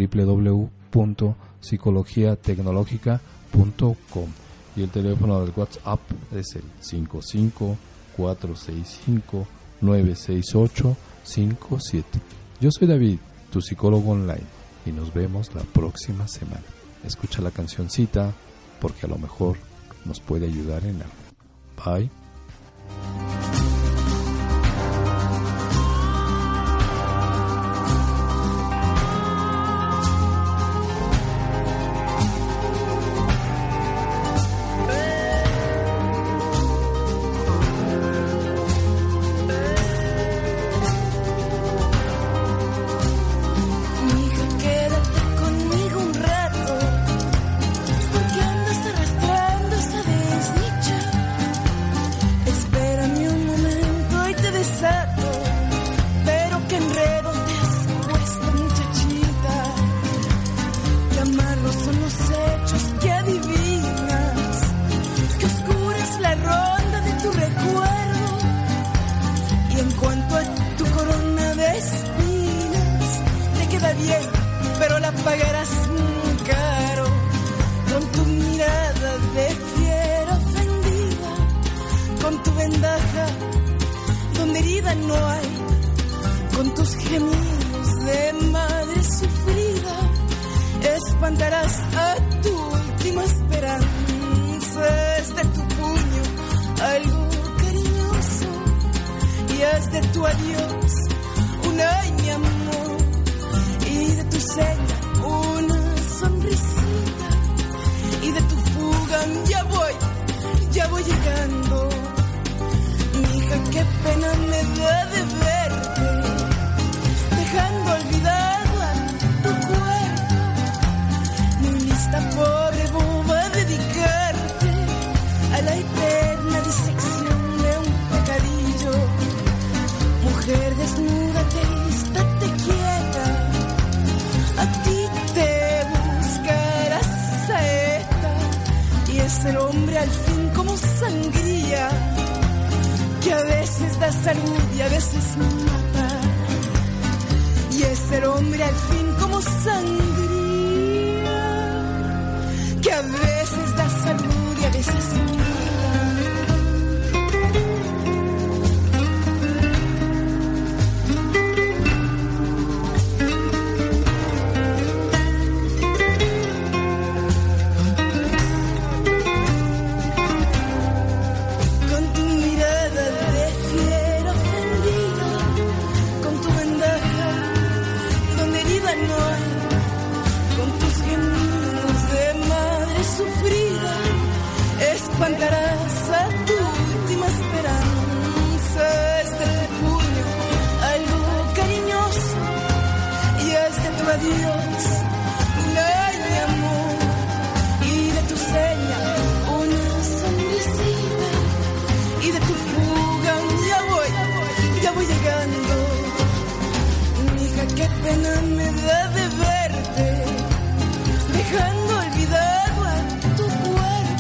www.psicologiatecnologica.com, y el teléfono del WhatsApp es el 55-465-968-57. Yo soy David, tu psicólogo online, y nos vemos la próxima semana. Escucha la cancioncita, porque a lo mejor nos puede ayudar en algo. Bye.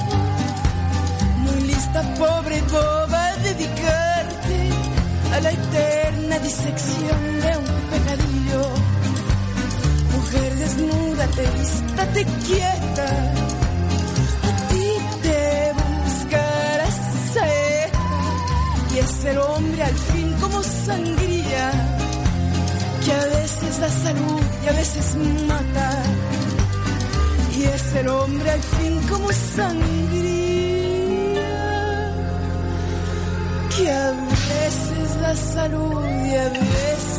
Pobre boba, dedicarte a la eternidad. sección de un pecadillo. Mujer desnuda, vístate quieta. A ti te buscará saeta. Y es el hombre al fin como sangría, que a veces da salud y a veces mata. Y es el hombre al fin como sangría, que a veces da salud y a veces...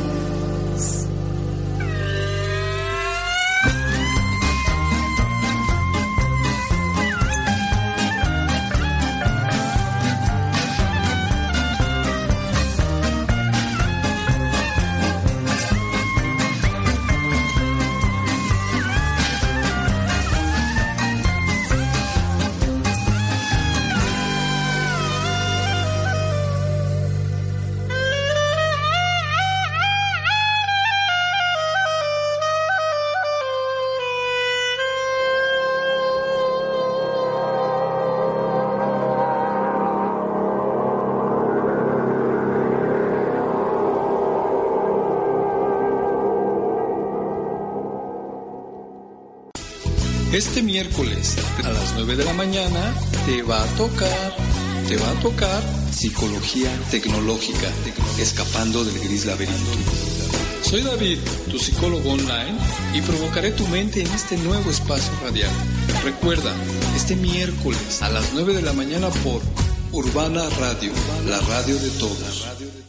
Este miércoles a las 9 de la mañana te va a tocar Psicología Tecnológica, escapando del gris laberinto. Soy David, tu psicólogo online, y provocaré tu mente en este nuevo espacio radial. Recuerda, este miércoles a las 9 de la mañana por Urbana Radio, la radio de todos.